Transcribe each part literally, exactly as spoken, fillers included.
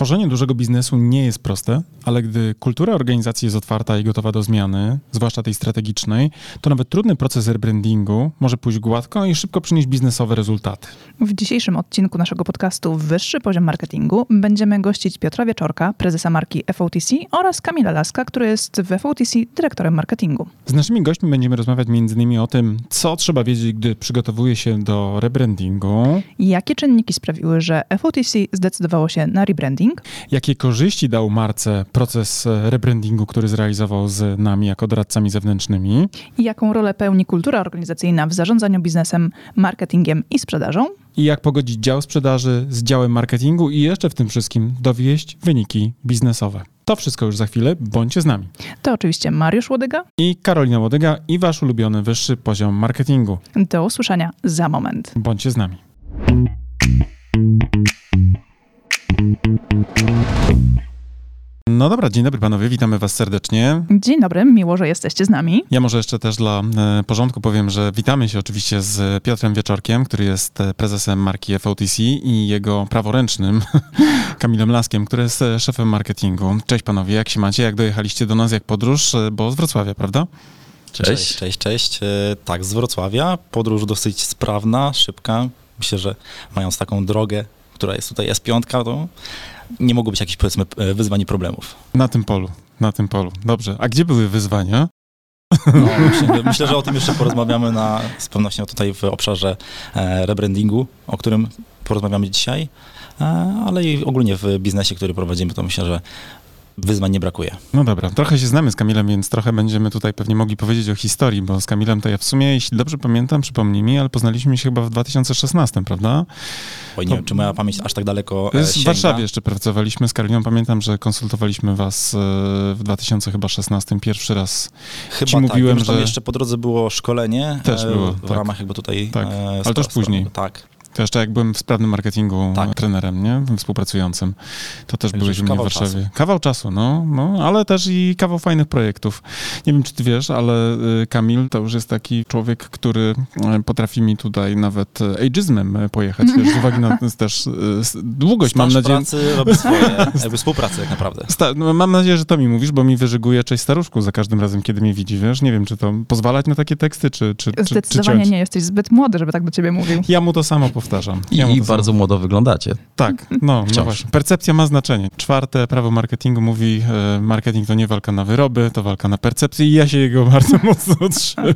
Tworzenie dużego biznesu nie jest proste, ale gdy kultura organizacji jest otwarta i gotowa do zmiany, zwłaszcza tej strategicznej, to nawet trudny proces rebrandingu może pójść gładko i szybko przynieść biznesowe rezultaty. W dzisiejszym odcinku naszego podcastu Wyższy Poziom Marketingu będziemy gościć Piotra Wieczorka, prezesa marki F O T C oraz Kamila Laska, który jest w F O T C dyrektorem marketingu. Z naszymi gośćmi będziemy rozmawiać między innymi o tym, co trzeba wiedzieć, gdy przygotowuje się do rebrandingu. Jakie czynniki sprawiły, że F O T C zdecydowało się na rebranding? Jakie korzyści dał marce proces rebrandingu, który zrealizował z nami jako doradcami zewnętrznymi? I jaką rolę pełni kultura organizacyjna w zarządzaniu biznesem, marketingiem i sprzedażą? I jak pogodzić dział sprzedaży z działem marketingu i jeszcze w tym wszystkim dowieść wyniki biznesowe. To wszystko już za chwilę, bądźcie z nami. To oczywiście Mariusz Łodyga I Karolina Łodyga i wasz ulubiony Wyższy Poziom Marketingu. Do usłyszenia za moment. Bądźcie z nami. No dobra, dzień dobry panowie, witamy was serdecznie. Dzień dobry, miło, że jesteście z nami. Ja może jeszcze też dla e, porządku powiem, że witamy się oczywiście z Piotrem Wieczorkiem, który jest prezesem marki F O T C i jego praworęcznym Kamilem Laskiem, który jest szefem marketingu. Cześć panowie, jak się macie? Jak dojechaliście do nas, jak podróż? Bo z Wrocławia, prawda? Cześć, cześć, cześć. cześć. Tak, z Wrocławia. Podróż dosyć sprawna, szybka. Myślę, że mając taką drogę, która jest tutaj S pięć, to nie mogło być jakichś, powiedzmy, wyzwań i problemów. Na tym polu, na tym polu. Dobrze. A gdzie były wyzwania? No, myślę, myślę, że o tym jeszcze porozmawiamy na, z pewnością tutaj w obszarze e, rebrandingu, o którym porozmawiamy dzisiaj, e, ale i ogólnie w biznesie, który prowadzimy, to myślę, że wyzwań nie brakuje. No dobra, trochę się znamy z Kamilem, więc trochę będziemy tutaj pewnie mogli powiedzieć o historii, bo z Kamilem to ja w sumie, jeśli dobrze pamiętam, przypomnij mi, ale poznaliśmy się chyba w dwa tysiące szesnastym, prawda? Oj, nie to, wiem, czy moja pamięć aż tak daleko sięga. W Warszawie sięga. jeszcze pracowaliśmy z Karoliną, pamiętam, że konsultowaliśmy was w dwa tysiące szesnastym, pierwszy raz. Chyba ci tak, mówiłem, wiem, że tam że jeszcze po drodze było szkolenie. Też było, w tak. ramach jakby tutaj... Tak, e, ale to już później. Tak. To jeszcze jak byłem w sprawnym marketingu tak. trenerem, nie? Współpracującym, to też tak, byłeś u mnie w Warszawie. Czasu. Kawał czasu, no, no, ale też i kawał fajnych projektów. Nie wiem, czy ty wiesz, ale Kamil to już jest taki człowiek, który potrafi mi tutaj nawet ageizmem pojechać, wiesz, z uwagi na też długość, Staż mam nadzieję. pracy robi swoje, jakby współpracy tak naprawdę. Sta- no, mam nadzieję, że to mi mówisz, bo mi wyżyguje cześć staruszku za każdym razem, kiedy mnie widzi, wiesz? Nie wiem, czy to pozwalać na takie teksty, czy czy Zdecydowanie czy, czy nie, jesteś zbyt młody, żeby tak do ciebie mówił. Ja mu to samo powtarzam. I, ja i bardzo młodo wyglądacie. Tak, no, no Wciąż. właśnie. Percepcja ma znaczenie. Czwarte prawo marketingu mówi, e, marketing to nie walka na wyroby, to walka na percepcję i ja się jego bardzo mocno trzymam.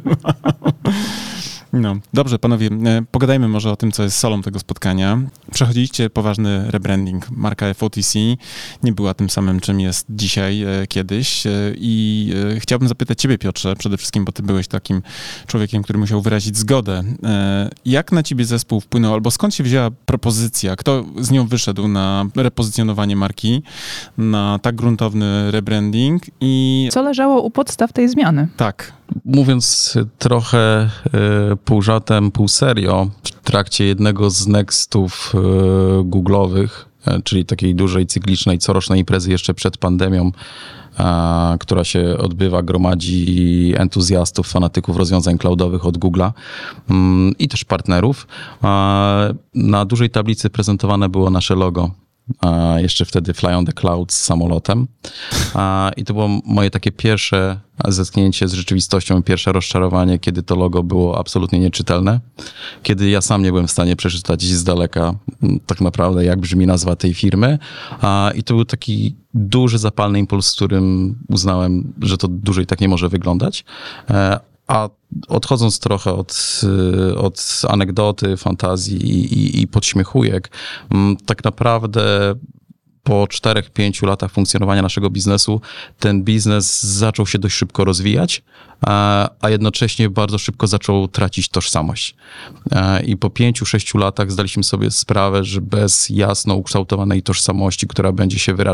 No, dobrze, panowie, e, pogadajmy może o tym, co jest solą tego spotkania. Przechodziliście poważny rebranding. Marka F O T C nie była tym samym, czym jest dzisiaj, e, kiedyś. E, I e, chciałbym zapytać ciebie, Piotrze, przede wszystkim, bo ty byłeś takim człowiekiem, który musiał wyrazić zgodę. E, jak na ciebie zespół wpłynął, albo skąd się wzięła propozycja? Kto z nią wyszedł na repozycjonowanie marki, na tak gruntowny rebranding i... Co leżało u podstaw tej zmiany? Tak. Mówiąc trochę y, pół żartem, pół serio, w trakcie jednego z nextów y, google'owych, y, czyli takiej dużej, cyklicznej, corocznej imprezy jeszcze przed pandemią, a, która się odbywa, gromadzi entuzjastów, fanatyków rozwiązań cloudowych od Google'a mm, i też partnerów. A, na dużej tablicy prezentowane było nasze logo. A jeszcze wtedy Fly on the Cloud z samolotem. A, I to było moje takie pierwsze zetknięcie z rzeczywistością, pierwsze rozczarowanie, kiedy to logo było absolutnie nieczytelne. Kiedy ja sam nie byłem w stanie przeczytać z daleka tak naprawdę, jak brzmi nazwa tej firmy. A, I to był taki duży, zapalny impuls, z którym uznałem, że to dłużej tak nie może wyglądać. E, A odchodząc trochę od, od anegdoty, fantazji i, i, i podśmiechujek, tak naprawdę po czterech, pięciu latach funkcjonowania naszego biznesu ten biznes zaczął się dość szybko rozwijać, a jednocześnie bardzo szybko zaczął tracić tożsamość. I po pięciu, sześciu latach zdaliśmy sobie sprawę, że bez jasno ukształtowanej tożsamości, która będzie się wyrażać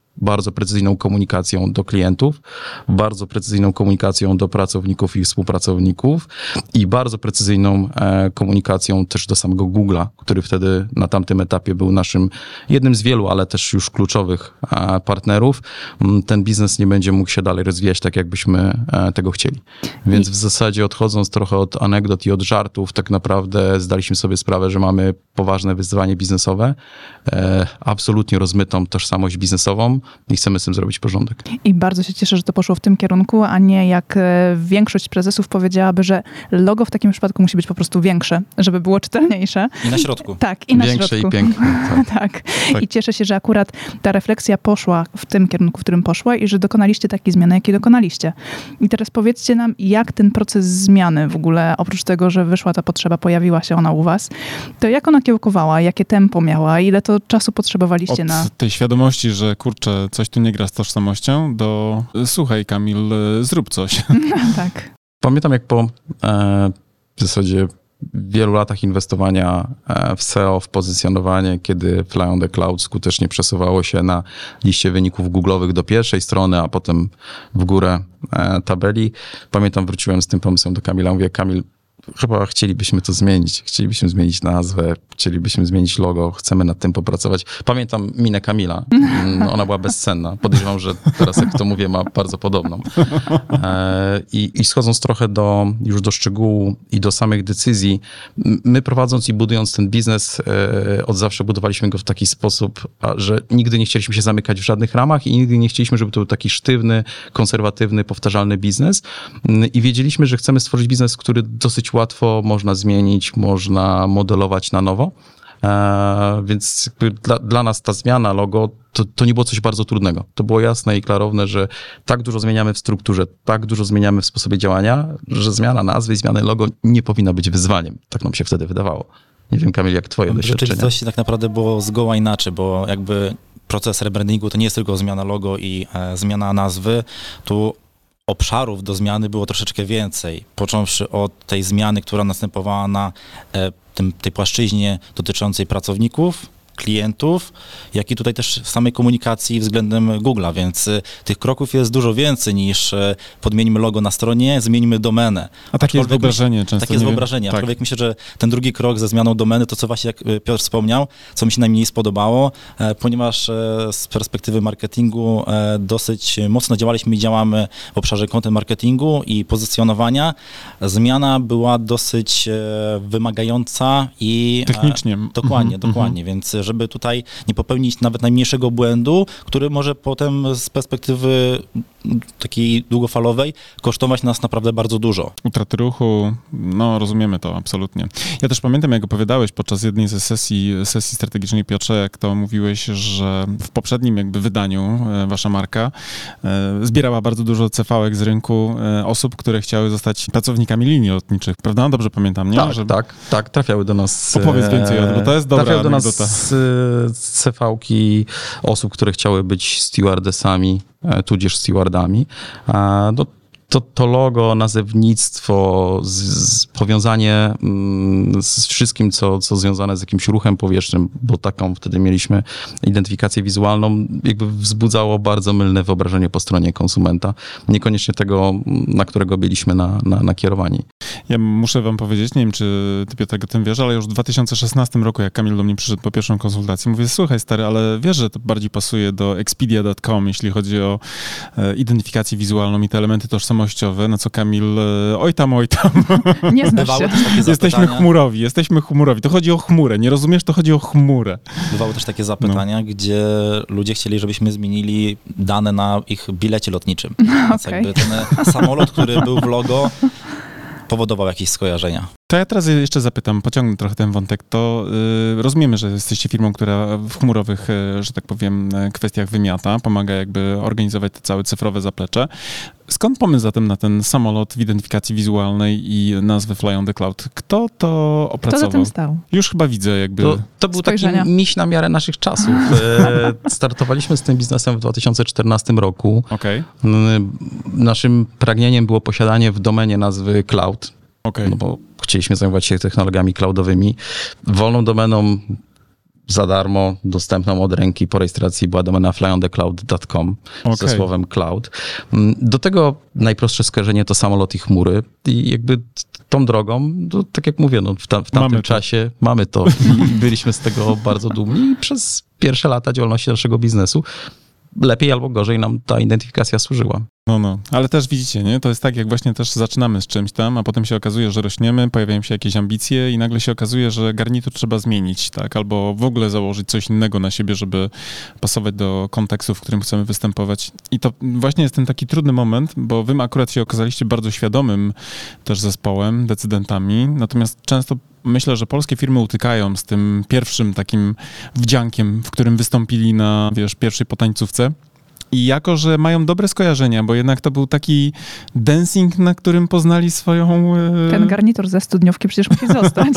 bardzo precyzyjną komunikacją do klientów, bardzo precyzyjną komunikacją do pracowników i współpracowników i bardzo precyzyjną e, komunikacją też do samego Google'a, który wtedy na tamtym etapie był naszym jednym z wielu, ale też już kluczowych e, partnerów. Ten biznes nie będzie mógł się dalej rozwijać tak, jakbyśmy e, tego chcieli. Więc I... w zasadzie odchodząc trochę od anegdot i od żartów, tak naprawdę zdaliśmy sobie sprawę, że mamy poważne wyzwanie biznesowe, e, absolutnie rozmytą tożsamość biznesową, i chcemy z tym zrobić porządek. I bardzo się cieszę, że to poszło w tym kierunku, a nie jak większość prezesów powiedziałaby, że logo w takim przypadku musi być po prostu większe, żeby było czytelniejsze. I na środku. Tak, i na Większe środku. i piękne. Tak. tak. tak. I cieszę się, że akurat ta refleksja poszła w tym kierunku, w którym poszła i że dokonaliście takiej zmiany, jakiej dokonaliście. I teraz powiedzcie nam, jak ten proces zmiany w ogóle, oprócz tego, że wyszła ta potrzeba, pojawiła się ona u was, to jak ona kiełkowała, jakie tempo miała, ile to czasu potrzebowaliście Od na... tej świadomości, że kurczę, coś tu nie gra z tożsamością, do słuchaj Kamil, zrób coś. tak. Pamiętam, jak po e, w zasadzie wielu latach inwestowania w S E O, w pozycjonowanie, kiedy Fly on the Cloud skutecznie przesuwało się na liście wyników googlowych do pierwszej strony, a potem w górę e, tabeli. Pamiętam, wróciłem z tym pomysłem do Kamila, mówię, Kamil, chyba chcielibyśmy to zmienić. Chcielibyśmy zmienić nazwę, chcielibyśmy zmienić logo, chcemy nad tym popracować. Pamiętam minę Kamila. Ona była bezcenna. Podejrzewam, że teraz, jak to mówię, ma bardzo podobną. I, i schodząc trochę do, już do szczegółu i do samych decyzji, my prowadząc i budując ten biznes, od zawsze budowaliśmy go w taki sposób, że nigdy nie chcieliśmy się zamykać w żadnych ramach i nigdy nie chcieliśmy, żeby to był taki sztywny, konserwatywny, powtarzalny biznes. I wiedzieliśmy, że chcemy stworzyć biznes, który dosyć łatwo można zmienić, można modelować na nowo. E, więc dla, dla nas ta zmiana logo to, to nie było coś bardzo trudnego. To było jasne i klarowne, że tak dużo zmieniamy w strukturze, tak dużo zmieniamy w sposobie działania, że zmiana nazwy i zmiany logo nie powinna być wyzwaniem. Tak nam się wtedy wydawało. Nie wiem, Kamil, jak twoje doświadczenie? W rzeczywistości tak naprawdę było zgoła inaczej, bo jakby proces rebrandingu to nie jest tylko zmiana logo i e, zmiana nazwy. Tu obszarów do zmiany było troszeczkę więcej, począwszy od tej zmiany, która następowała na e, tym, tej płaszczyźnie dotyczącej pracowników, klientów, jak i tutaj też w samej komunikacji względem Google'a, więc y, tych kroków jest dużo więcej niż y, podmienimy logo na stronie, zmienimy domenę. A takie jest wyobrażenie często. Takie jest wyobrażenie, aczkolwiek tak. Myślę, że ten drugi krok ze zmianą domeny, to co właśnie jak Piotr wspomniał, co mi się najmniej spodobało, e, ponieważ e, z perspektywy marketingu e, dosyć mocno działaliśmy i działamy w obszarze content marketingu i pozycjonowania. Zmiana była dosyć e, wymagająca i... Technicznie. E, dokładnie, mm-hmm. dokładnie, więc żeby tutaj nie popełnić nawet najmniejszego błędu, który może potem z perspektywy takiej długofalowej kosztować nas naprawdę bardzo dużo. Utraty ruchu, no rozumiemy to absolutnie. Ja też pamiętam, jak opowiadałeś podczas jednej ze sesji, sesji strategicznej, Piotrze, jak to mówiłeś, że w poprzednim jakby wydaniu wasza marka e, zbierała bardzo dużo cefałek z rynku e, osób, które chciały zostać pracownikami linii lotniczych, prawda? Dobrze pamiętam, nie? Tak, że... tak, tak, trafiały do nas... Opowiedz więcej, bo to jest dobra trafiały do anegdota. nas cefałki osób, które chciały być stewardessami, tudzież stewardami. No, to, to logo, nazewnictwo, z, z powiązanie mm, z wszystkim, co, co związane z jakimś ruchem powietrznym, bo taką wtedy mieliśmy identyfikację wizualną, jakby wzbudzało bardzo mylne wyobrażenie po stronie konsumenta. Niekoniecznie tego, na którego byliśmy na, na, nakierowani. Ja muszę wam powiedzieć, nie wiem, czy ty, Piotr, o tym wiesz, ale już w dwa tysiące szesnastym roku, jak Kamil do mnie przyszedł po pierwszą konsultację, mówię, słuchaj stary, ale wiesz, że to bardziej pasuje do expedia kropka com, jeśli chodzi o e, identyfikację wizualną i te elementy tożsamościowe, na co Kamil, e, oj tam, oj tam. Nie znasz się. Jesteśmy chmurowi, jesteśmy chmurowi. To chodzi o chmurę, nie rozumiesz? To chodzi o chmurę. Bywały też takie zapytania, no. gdzie ludzie chcieli, żebyśmy zmienili dane na ich bilecie lotniczym. Więc okay. jakby ten samolot, który był w logo, powodował jakieś skojarzenia. To ja teraz jeszcze zapytam, pociągnę trochę ten wątek. To yy, rozumiemy, że jesteście firmą, która w chmurowych, yy, że tak powiem, kwestiach wymiata, pomaga jakby organizować te całe cyfrowe zaplecze. Skąd pomysł zatem na ten samolot w identyfikacji wizualnej i nazwy Fly on the Cloud? Kto to opracował? Kto za tym stał? Już chyba widzę jakby... To, to był spojrzenia. taki miś na miarę naszych czasów. Startowaliśmy z tym biznesem w dwa tysiące czternastym roku. Okay. Naszym pragnieniem było posiadanie w domenie nazwy Cloud. Okay. No bo chcieliśmy zajmować się technologiami cloudowymi. Wolną domeną za darmo, dostępną od ręki po rejestracji była domena fly on the cloud kropka com Okay. ze słowem cloud. Do tego najprostsze skojarzenie to samolot i chmury i jakby tą drogą, to, tak jak mówię, no, w, tam, w tamtym mamy czasie to. mamy to i byliśmy z tego bardzo dumni i przez pierwsze lata działalności naszego biznesu lepiej albo gorzej nam ta identyfikacja służyła. No, no, ale też widzicie, nie? To jest tak, jak właśnie też zaczynamy z czymś tam, a potem się okazuje, że rośniemy, pojawiają się jakieś ambicje i nagle się okazuje, że garnitur trzeba zmienić, tak? Albo w ogóle założyć coś innego na siebie, żeby pasować do kontekstu, w którym chcemy występować. I to właśnie jest ten taki trudny moment, bo wy akurat się okazaliście bardzo świadomym też zespołem, decydentami, natomiast często myślę, że polskie firmy utykają z tym pierwszym takim wdziankiem, w którym wystąpili na, wiesz, pierwszej potańcówce. I jako, że mają dobre skojarzenia, bo jednak to był taki dancing, na którym poznali swoją... E... Ten garnitur ze studniówki przecież musi zostać.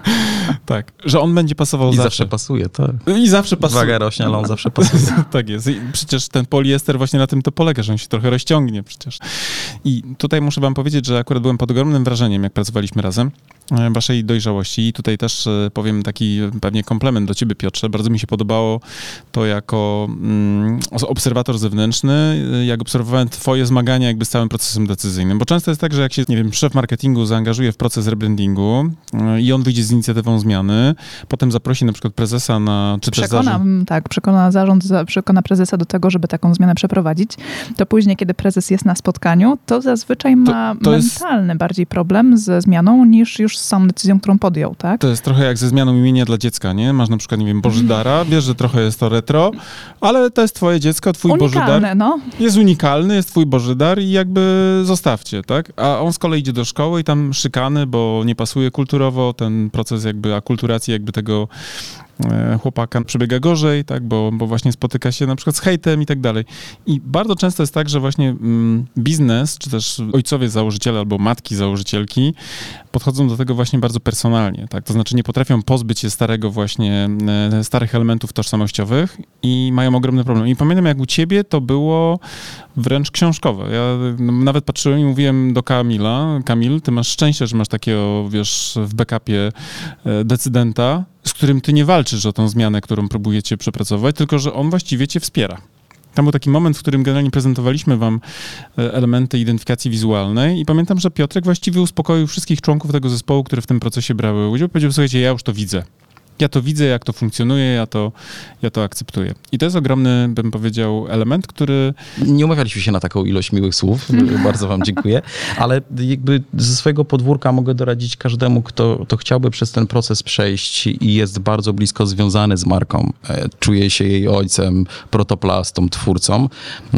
Tak, że on będzie pasował I zawsze. zawsze pasuje, tak. I zawsze pasuje. Waga rośnie, ale on zawsze pasuje. Tak jest. I przecież ten poliester właśnie na tym to polega, że on się trochę rozciągnie przecież. I tutaj muszę wam powiedzieć, że akurat byłem pod ogromnym wrażeniem, jak pracowaliśmy razem, waszej dojrzałości. I tutaj też powiem taki pewnie komplement do ciebie, Piotrze. Bardzo mi się podobało to jako mm, obserwator zewnętrzny, jak obserwowałem twoje zmagania jakby z całym procesem decyzyjnym. Bo często jest tak, że jak się, nie wiem, szef marketingu zaangażuje w proces rebrandingu yy, i on wyjdzie z inicjatywą zmiany, potem zaprosi na przykład prezesa na... czy przekona, też zarząd. Tak, przekona zarząd, przekona prezesa do tego, żeby taką zmianę przeprowadzić. To później, kiedy prezes jest na spotkaniu, to zazwyczaj ma to, to mentalny jest... bardziej problem ze zmianą niż już z samą decyzją, którą podjął, tak? To jest trochę jak ze zmianą imienia dla dziecka, nie? Masz na przykład, nie wiem, Bożydara, wiesz, że trochę jest to retro, ale to jest twoje dziecko, twój Unikalne, Bożydar. no. Jest unikalny, jest twój Bożydar i jakby zostawcie, tak? A on z kolei idzie do szkoły i tam szykany, bo nie pasuje kulturowo, ten proces jakby akulturacji jakby tego chłopaka przebiega gorzej, tak, bo, bo właśnie spotyka się na przykład z hejtem i tak dalej. I bardzo często jest tak, że właśnie mm, biznes, czy też ojcowie założyciele albo matki założycielki podchodzą do tego właśnie bardzo personalnie, tak, to znaczy nie potrafią pozbyć się starego właśnie, e, starych elementów tożsamościowych i mają ogromny problem. I pamiętam, jak u ciebie to było wręcz książkowe. Ja no, nawet patrzyłem i mówiłem do Kamila, Kamil, ty masz szczęście, że masz takiego, wiesz, w backupie e, decydenta, z którym ty nie walczysz o tą zmianę, którą próbujecie przepracować, tylko że on właściwie cię wspiera. Tam był taki moment, w którym generalnie prezentowaliśmy wam elementy identyfikacji wizualnej i pamiętam, że Piotrek właściwie uspokoił wszystkich członków tego zespołu, które w tym procesie brały udział. Powiedział, słuchajcie, ja już to widzę. Ja to widzę, jak to funkcjonuje, ja to, ja to akceptuję. I to jest ogromny, bym powiedział, element, który... Nie umawialiśmy się na taką ilość miłych słów, bardzo wam dziękuję, ale jakby ze swojego podwórka mogę doradzić każdemu, kto, kto chciałby przez ten proces przejść i jest bardzo blisko związany z marką, czuje się jej ojcem, protoplastą, twórcą.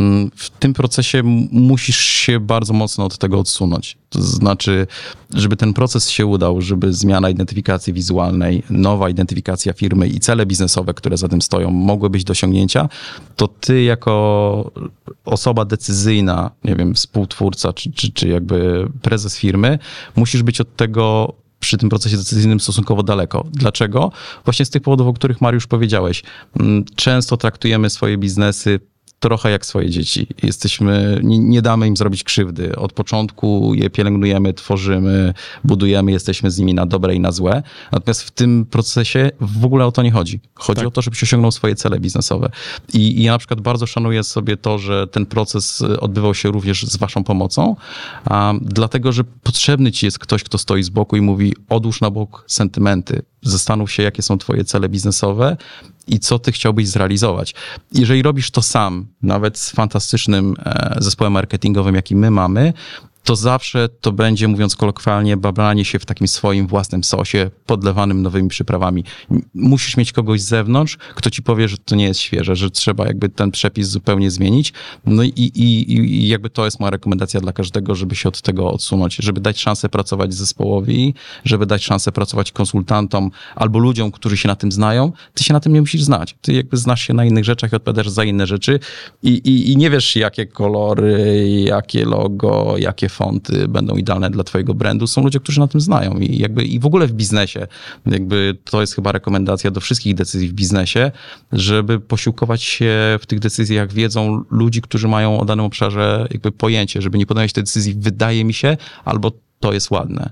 W tym procesie musisz się bardzo mocno od tego odsunąć. To znaczy, żeby ten proces się udał, żeby zmiana identyfikacji wizualnej, nowa identyfikacja firmy i cele biznesowe, które za tym stoją, mogły być do osiągnięcia, to ty jako osoba decyzyjna, nie wiem, współtwórca czy, czy, czy jakby prezes firmy, musisz być od tego przy tym procesie decyzyjnym stosunkowo daleko. Dlaczego? Właśnie z tych powodów, o których Mariusz powiedziałeś. Często traktujemy swoje biznesy trochę jak swoje dzieci. Jesteśmy, nie, nie damy im zrobić krzywdy. Od początku je pielęgnujemy, tworzymy, budujemy, jesteśmy z nimi na dobre i na złe. Natomiast w tym procesie w ogóle o to nie chodzi. Chodzi tak. o to, żebyś osiągnął swoje cele biznesowe. I, I ja na przykład bardzo szanuję sobie to, że ten proces odbywał się również z waszą pomocą, a, dlatego, że potrzebny ci jest ktoś, kto stoi z boku i mówi, odłóż na bok sentymenty. Zastanów się, jakie są twoje cele biznesowe i co ty chciałbyś zrealizować. Jeżeli robisz to sam, nawet z fantastycznym zespołem marketingowym, jaki my mamy, to zawsze to będzie, mówiąc kolokwialnie, babranie się w takim swoim własnym sosie, podlewanym nowymi przyprawami. Musisz mieć kogoś z zewnątrz, kto ci powie, że to nie jest świeże, że trzeba jakby ten przepis zupełnie zmienić. No i, i, i jakby to jest moja rekomendacja dla każdego, żeby się od tego odsunąć, żeby dać szansę pracować zespołowi, żeby dać szansę pracować konsultantom albo ludziom, którzy się na tym znają. Ty się na tym nie musisz znać. Ty jakby znasz się na innych rzeczach i odpowiadasz za inne rzeczy i, i, i nie wiesz, jakie kolory, jakie logo, jakie fonty będą idealne dla twojego brandu. Są ludzie, którzy na tym znają i jakby i w ogóle w biznesie, jakby to jest chyba rekomendacja do wszystkich decyzji w biznesie, żeby posiłkować się w tych decyzjach wiedzą ludzi, którzy mają o danym obszarze jakby pojęcie, żeby nie podejmować tej decyzji wydaje mi się, albo to jest ładne. To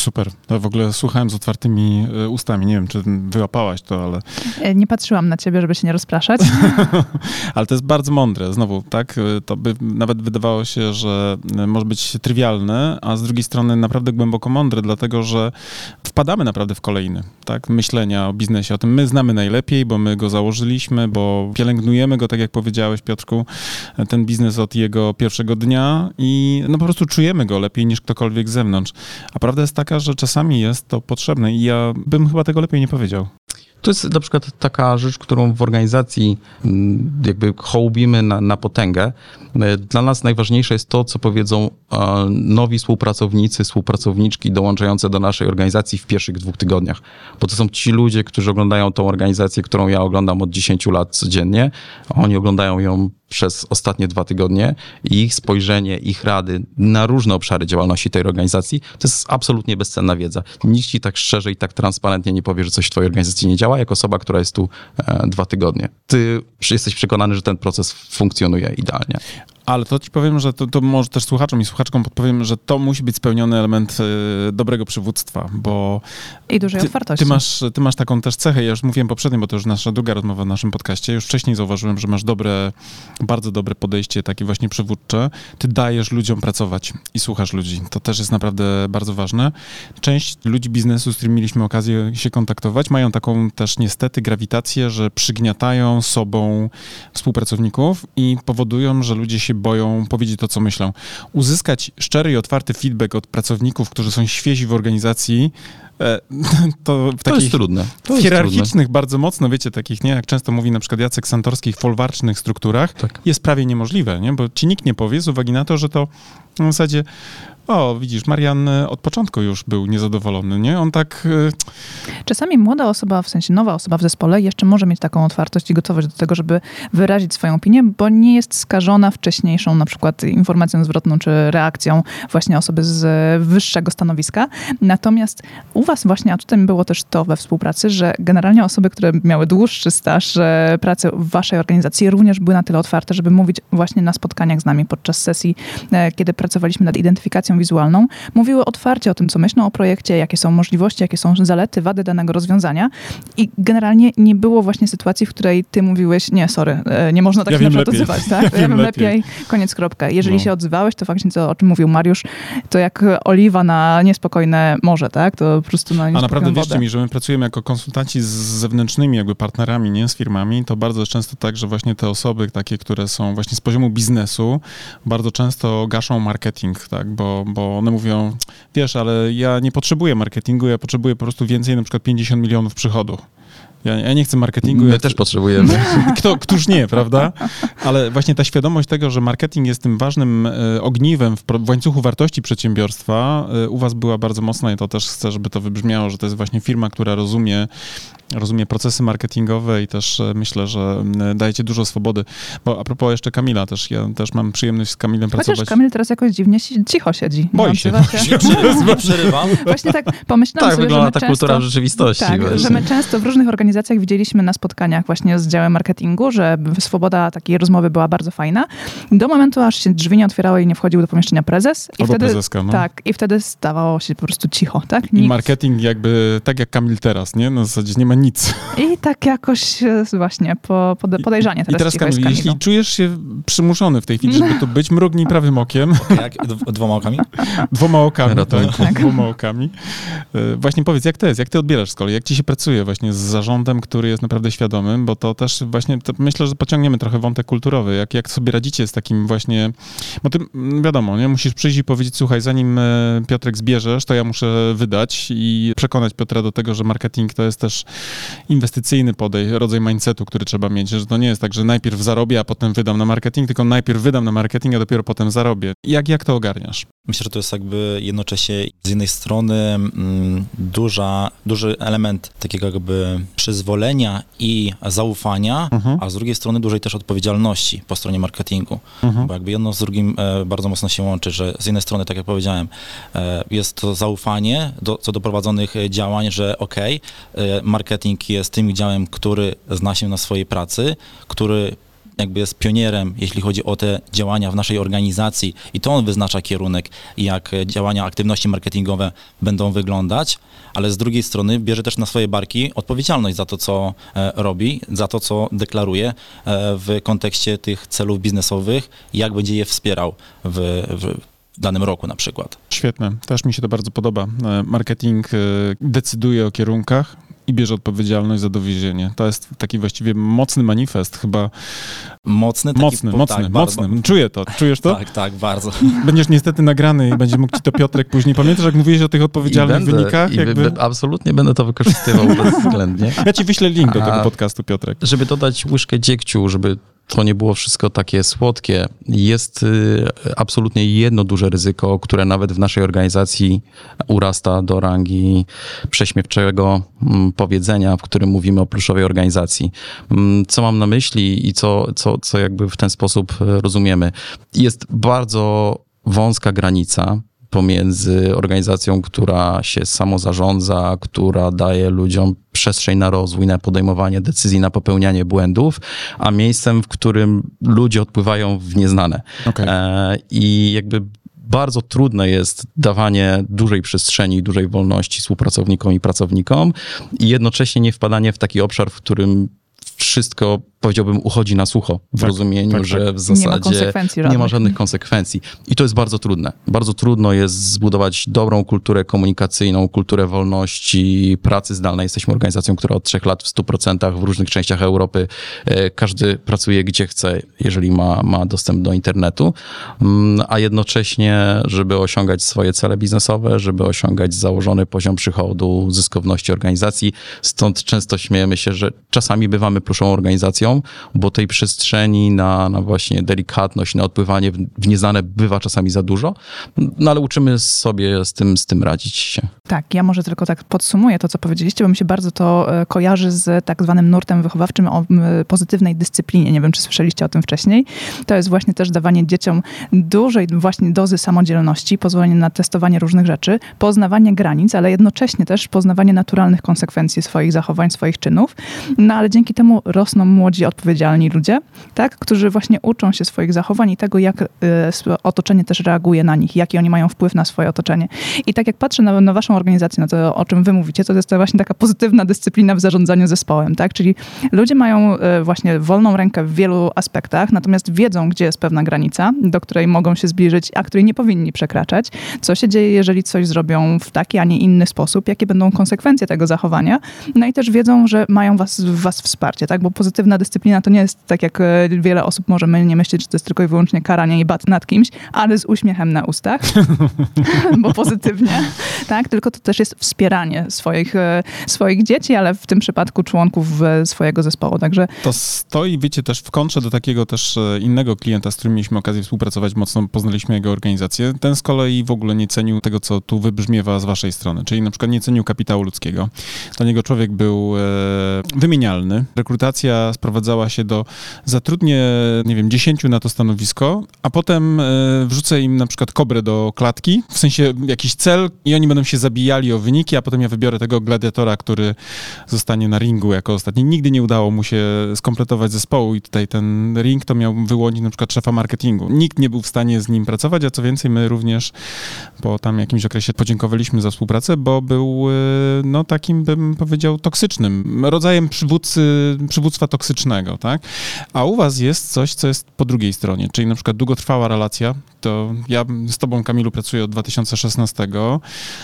Super. To w ogóle słuchałem z otwartymi ustami. Nie wiem, czy wyłapałaś to, ale... Nie patrzyłam na ciebie, żeby się nie rozpraszać. Ale to jest bardzo mądre. Znowu, tak? To by nawet wydawało się, że może być trywialne, a z drugiej strony naprawdę głęboko mądre, dlatego że wpadamy naprawdę w kolejny, tak? Myślenia o biznesie, o tym my znamy najlepiej, bo my go założyliśmy, bo pielęgnujemy go, tak jak powiedziałeś, Piotrku, ten biznes od jego pierwszego dnia i no po prostu czujemy go lepiej niż ktokolwiek z zewnątrz. A prawda jest taka, że czasami jest to potrzebne i ja bym chyba tego lepiej nie powiedział. To jest na przykład taka rzecz, którą w organizacji jakby hołbimy na, na potęgę. Dla nas najważniejsze jest to, co powiedzą nowi współpracownicy, współpracowniczki dołączające do naszej organizacji w pierwszych dwóch tygodniach. Bo to są ci ludzie, którzy oglądają tą organizację, którą ja oglądam od dziesięciu lat codziennie. Oni oglądają ją przez ostatnie dwa tygodnie i ich spojrzenie, ich rady na różne obszary działalności tej organizacji to jest absolutnie bezcenna wiedza. Nikt ci tak szczerze i tak transparentnie nie powie, że coś w twojej organizacji nie działa, jak osoba, która jest tu e, dwa tygodnie. Ty jesteś przekonany, że ten proces funkcjonuje idealnie. Ale to ci powiem, że to, to może też słuchaczom i słuchaczkom podpowiem, że to musi być spełniony element y, dobrego przywództwa, bo... I dużej ty, otwartości. Ty masz, ty masz taką też cechę, ja już mówiłem poprzednio, bo to już nasza druga rozmowa w naszym podcaście, już wcześniej zauważyłem, że masz dobre, bardzo dobre podejście, takie właśnie przywódcze. Ty dajesz ludziom pracować i słuchasz ludzi. To też jest naprawdę bardzo ważne. Część ludzi biznesu, z którymi mieliśmy okazję się kontaktować, mają taką też niestety grawitację, że przygniatają sobą współpracowników i powodują, że ludzie się boją powiedzieć to, co myślą. Uzyskać szczery i otwarty feedback od pracowników, którzy są świezi w organizacji, to w to takich jest trudne. To hierarchicznych, jest trudne. bardzo mocno, wiecie, takich, nie, jak często mówi na przykład Jacek Santorskich, folwarcznych strukturach, Tak. jest prawie niemożliwe, nie? Bo ci nikt nie powie z uwagi na to, że to w zasadzie o, widzisz, Marian od początku już był niezadowolony, nie? On tak... Czasami młoda osoba, w sensie nowa osoba w zespole jeszcze może mieć taką otwartość i gotowość do tego, żeby wyrazić swoją opinię, bo nie jest skażona wcześniejszą na przykład informacją zwrotną czy reakcją właśnie osoby z wyższego stanowiska. Natomiast u was właśnie, a tutaj było też to we współpracy, że generalnie osoby, które miały dłuższy staż pracy w waszej organizacji również były na tyle otwarte, żeby mówić właśnie na spotkaniach z nami podczas sesji, kiedy pracowaliśmy nad identyfikacją wizualną, mówiły otwarcie o tym, co myślą o projekcie, jakie są możliwości, jakie są zalety, wady danego rozwiązania i generalnie nie było właśnie sytuacji, w której ty mówiłeś, nie, sorry, nie można tak ja się na przykład lepiej. odzywać, tak? Ja Ja wiem lepiej. lepiej, koniec, kropka. Jeżeli No. się odzywałeś, to faktycznie to, o czym mówił Mariusz, to jak oliwa na niespokojne morze, tak? To po prostu na A niespokojną naprawdę wierzcie wodę. mi, że my pracujemy jako konsultanci z zewnętrznymi jakby partnerami, nie z firmami, to bardzo jest często tak, że właśnie te osoby takie, które są właśnie z poziomu biznesu, bardzo często gaszą marketing, tak? Bo, bo one mówią, wiesz, ale ja nie potrzebuję marketingu, ja potrzebuję po prostu więcej, na przykład pięćdziesiąt milionów przychodu. Ja, ja nie chcę marketingu. My ja też chcę... potrzebujemy. Kto, któż nie, prawda? Ale właśnie ta świadomość tego, że marketing jest tym ważnym e, ogniwem w, pro, w łańcuchu wartości przedsiębiorstwa, e, u was była bardzo mocna i to też chcę, żeby to wybrzmiało, że to jest właśnie firma, która rozumie, rozumie procesy marketingowe i też e, myślę, że e, dajecie dużo swobody. Bo a propos jeszcze Kamila, też ja też mam przyjemność z Kamilem Chociaż pracować. Kamil teraz jakoś dziwnie si- cicho siedzi. Boi Nie się. odzywa Nie przerywam, nie przerywam. Właśnie tak pomyślałam Tak sobie, wygląda że my ta często, kultura w rzeczywistości. Tak, właśnie. że my często w różnych organizacjach widzieliśmy na spotkaniach właśnie z działem marketingu, że swoboda takiej rozmowy była bardzo fajna. Do momentu, aż się drzwi nie otwierały i nie wchodził do pomieszczenia prezes. I Albo wtedy, prezeska, no. Tak, i wtedy stawało się po prostu cicho, tak? I Nikt- marketing jakby tak jak Kamil teraz, nie? Na zasadzie nie ma nic. I tak jakoś e, właśnie po, pode- podejrzanie I teraz, teraz cicho jest Kamil, jeśli Kamilu. czujesz się przymuszony w tej chwili, żeby tu być, mrugnij prawym okiem. Jak? D- dwoma okami? Dwoma okami, Ratunku. tak, dwoma okami. E, Właśnie powiedz, jak to jest, jak ty odbierasz z kolei, jak ci się pracuje właśnie z zarządem, który jest naprawdę świadomym, bo to też właśnie, to myślę, że pociągniemy trochę wątek kulturowy, jak, jak sobie radzicie z takim właśnie, bo ty, mm, wiadomo, nie, musisz przyjść i powiedzieć, słuchaj, zanim e, Piotrek zbierzesz, to ja muszę wydać i przekonać Piotra do tego, że marketing to jest też inwestycyjny podej, rodzaj mindsetu, który trzeba mieć, że to nie jest tak, że najpierw zarobię, a potem wydam na marketing, tylko najpierw wydam na marketing, a dopiero potem zarobię. Jak, jak to ogarniasz? Myślę, że to jest jakby jednocześnie z jednej strony mm, duża, duży element takiego jakby przyzwolenia i zaufania, Mhm. a z drugiej strony dużej też odpowiedzialności po stronie marketingu. Mhm. Bo jakby jedno z drugim e, bardzo mocno się łączy, że z jednej strony, tak jak powiedziałem, e, jest to zaufanie do, co do prowadzonych e, działań, że okej, okay, marketing jest tym działem, który zna się na swojej pracy, który jakby jest pionierem, jeśli chodzi o te działania w naszej organizacji i to on wyznacza kierunek, jak działania, aktywności marketingowe będą wyglądać, ale z drugiej strony bierze też na swoje barki odpowiedzialność za to, co e, robi, za to, co deklaruje e, w kontekście tych celów biznesowych, jak będzie je wspierał w, w w danym roku na przykład. Świetne, też mi się to bardzo podoba. Marketing decyduje o kierunkach i bierze odpowiedzialność za dowiezienie. To jest taki właściwie mocny manifest chyba. Mocny? Taki, mocny, po, mocny, tak, mocny. Bardzo. Czuję to. Czujesz to? Tak, tak, bardzo. Będziesz niestety nagrany i będzie mógł ci to Piotrek później. Pamiętasz, jak mówiłeś o tych odpowiedzialnych I będę, wynikach? I jakby... wy, absolutnie będę to wykorzystywał bezwzględnie. Ja ci wyślę link do A, tego podcastu, Piotrek. Żeby dodać łyżkę dziegciu, żeby to nie było wszystko takie słodkie, jest y, absolutnie jedno duże ryzyko, które nawet w naszej organizacji urasta do rangi prześmiewczego mm, powiedzenia, w którym mówimy o pluszowej organizacji. Mm, co mam na myśli i co, co, co jakby w ten sposób rozumiemy? Jest bardzo wąska granica pomiędzy organizacją, która się samozarządza, która daje ludziom przestrzeń na rozwój, na podejmowanie decyzji, na popełnianie błędów, a miejscem, w którym ludzie odpływają w nieznane. Okay. E, I jakby bardzo trudne jest dawanie dużej przestrzeni, dużej wolności współpracownikom i pracownikom i jednocześnie nie wpadanie w taki obszar, w którym wszystko, powiedziałbym, uchodzi na sucho w tak, rozumieniu, tak, że tak. w zasadzie nie ma konsekwencji nie ma żadnych. żadnych konsekwencji. I to jest bardzo trudne. Bardzo trudno jest zbudować dobrą kulturę komunikacyjną, kulturę wolności, pracy zdalnej. Jesteśmy organizacją, która od trzech lat w stu procentach w różnych częściach Europy e, każdy pracuje gdzie chce, jeżeli ma, ma dostęp do internetu, mm, a jednocześnie, żeby osiągać swoje cele biznesowe, żeby osiągać założony poziom przychodu, zyskowności organizacji. Stąd często śmiejemy się, że czasami bywamy pluszową organizacją, bo tej przestrzeni na, na właśnie delikatność, na odpływanie w, w nieznane bywa czasami za dużo, no ale uczymy sobie z tym, z tym radzić się. Tak, ja może tylko tak podsumuję to, co powiedzieliście, bo mi się bardzo to e, kojarzy z tak zwanym nurtem wychowawczym o m, pozytywnej dyscyplinie. Nie wiem, czy słyszeliście o tym wcześniej. To jest właśnie też dawanie dzieciom dużej właśnie dozy samodzielności, pozwolenie na testowanie różnych rzeczy, poznawanie granic, ale jednocześnie też poznawanie naturalnych konsekwencji swoich zachowań, swoich czynów. No ale dzięki temu rosną młodzi, odpowiedzialni ludzie, tak, którzy właśnie uczą się swoich zachowań i tego, jak y, otoczenie też reaguje na nich, jaki oni mają wpływ na swoje otoczenie. I tak jak patrzę na, na waszą organizację, na to, o czym wy mówicie, to jest to właśnie taka pozytywna dyscyplina w zarządzaniu zespołem, tak, czyli ludzie mają y, właśnie wolną rękę w wielu aspektach, natomiast wiedzą, gdzie jest pewna granica, do której mogą się zbliżyć, a której nie powinni przekraczać. Co się dzieje, jeżeli coś zrobią w taki, a nie inny sposób, jakie będą konsekwencje tego zachowania. No i też wiedzą, że mają was, was wsparcie, tak, bo pozytywna dyscyplina to nie jest tak, jak wiele osób może mylnie myśleć, że to jest tylko i wyłącznie karanie i bat nad kimś, ale z uśmiechem na ustach, bo pozytywnie, tak, tylko to też jest wspieranie swoich, swoich dzieci, ale w tym przypadku członków swojego zespołu, także... To stoi, wiecie, też w kontrze do takiego też innego klienta, z którym mieliśmy okazję współpracować, mocno poznaliśmy jego organizację. Ten z kolei w ogóle nie cenił tego, co tu wybrzmiewa z waszej strony, czyli na przykład nie cenił kapitału ludzkiego. Dla niego człowiek był e, wymienialny. Rekrutacja sprowadzała się do zatrudnię, nie wiem, dziesięciu na to stanowisko, a potem e, wrzucę im na przykład kobrę do klatki, w sensie jakiś cel i oni będą się zabijali o wyniki, a potem ja wybiorę tego gladiatora, który zostanie na ringu jako ostatni. Nigdy nie udało mu się skompletować zespołu i tutaj ten ring to miał wyłonić na przykład szefa marketingu. Nikt nie był w stanie z nim pracować, a co więcej my również po tam jakimś okresie podziękowaliśmy za współpracę, bo był no takim, bym powiedział, toksycznym, rodzajem przywódcy, przywództwa toksycznego, tak? A u was jest coś, co jest po drugiej stronie, czyli na przykład długotrwała relacja. To ja z tobą, Kamilu, pracuję od dwa tysiące szesnastego,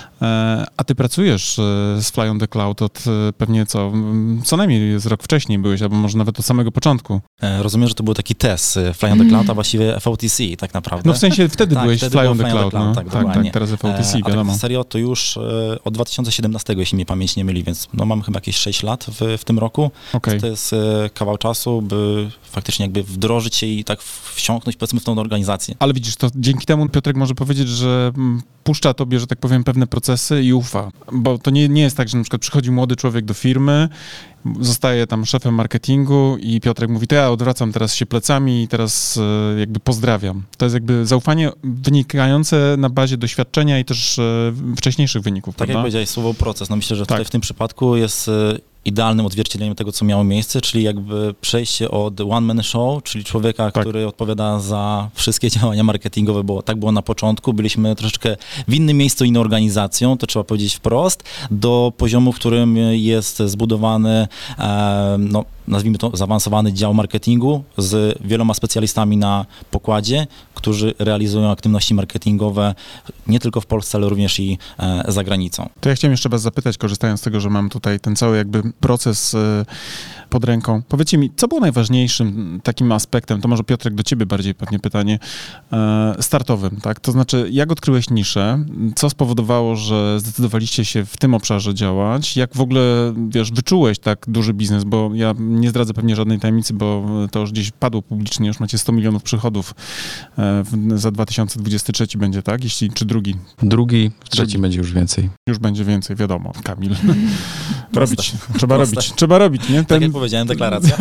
a ty pracujesz z Fly on the Cloud od pewnie co, co najmniej z rok wcześniej byłeś, albo może nawet od samego początku. Rozumiem, że to był taki test Fly on the Cloud, a właściwie F O T C tak naprawdę. No w sensie wtedy tak, byłeś wtedy Fly on the Fly Cloud, on the Cloud, no. tak, tak, tak, teraz F O T C, e, wiadomo. A tak serio to już e, od dwa tysiące siedemnastego, jeśli mnie pamięć nie myli, więc no mam chyba jakieś sześć lat w, w tym roku. Okay. To jest e, kawał czasu, by faktycznie jakby wdrożyć się i tak wsiąknąć, powiedzmy, w tą organizację. Ale widzisz, to dzięki temu Piotrek może powiedzieć, że puszcza tobie, że tak powiem, pewne procesy i ufa. Bo to nie, nie jest tak, że na przykład przychodzi młody człowiek do firmy, zostaje tam szefem marketingu i Piotrek mówi, to ja odwracam teraz się plecami i teraz jakby pozdrawiam. To jest jakby zaufanie wynikające na bazie doświadczenia i też wcześniejszych wyników, Tak prawda? jak powiedziałeś, słowo proces. No myślę, że tak. tutaj w tym przypadku jest idealnym odzwierciedleniem tego, co miało miejsce, czyli jakby przejście od one-man show, czyli człowieka, tak. który odpowiada za wszystkie działania marketingowe, bo tak było na początku, byliśmy troszeczkę w innym miejscu, inną organizacją, to trzeba powiedzieć wprost, do poziomu, w którym jest zbudowany, e, no, nazwijmy to zaawansowany dział marketingu z wieloma specjalistami na pokładzie, którzy realizują aktywności marketingowe nie tylko w Polsce, ale również i e, za granicą. To ja chciałem jeszcze was zapytać, korzystając z tego, że mam tutaj ten cały jakby proces e, pod ręką. Powiedzcie mi, co było najważniejszym takim aspektem, to może Piotrek do ciebie bardziej pewnie pytanie, e, startowym, tak? To znaczy, jak odkryłeś niszę, co spowodowało, że zdecydowaliście się w tym obszarze działać, jak w ogóle, wiesz, wyczułeś tak duży biznes, bo ja nie zdradzę pewnie żadnej tajemnicy, bo to już gdzieś padło publicznie, już macie sto milionów przychodów e, w, za dwa tysiące dwudziesty trzeci będzie, tak? Jeśli, czy drugi? Drugi, w trzeci Drugi. będzie już więcej. Już będzie więcej, wiadomo, Kamil. Proste. Robić, trzeba Proste. robić, trzeba robić, nie? Tak Ten jak powiedziałem, deklaracja.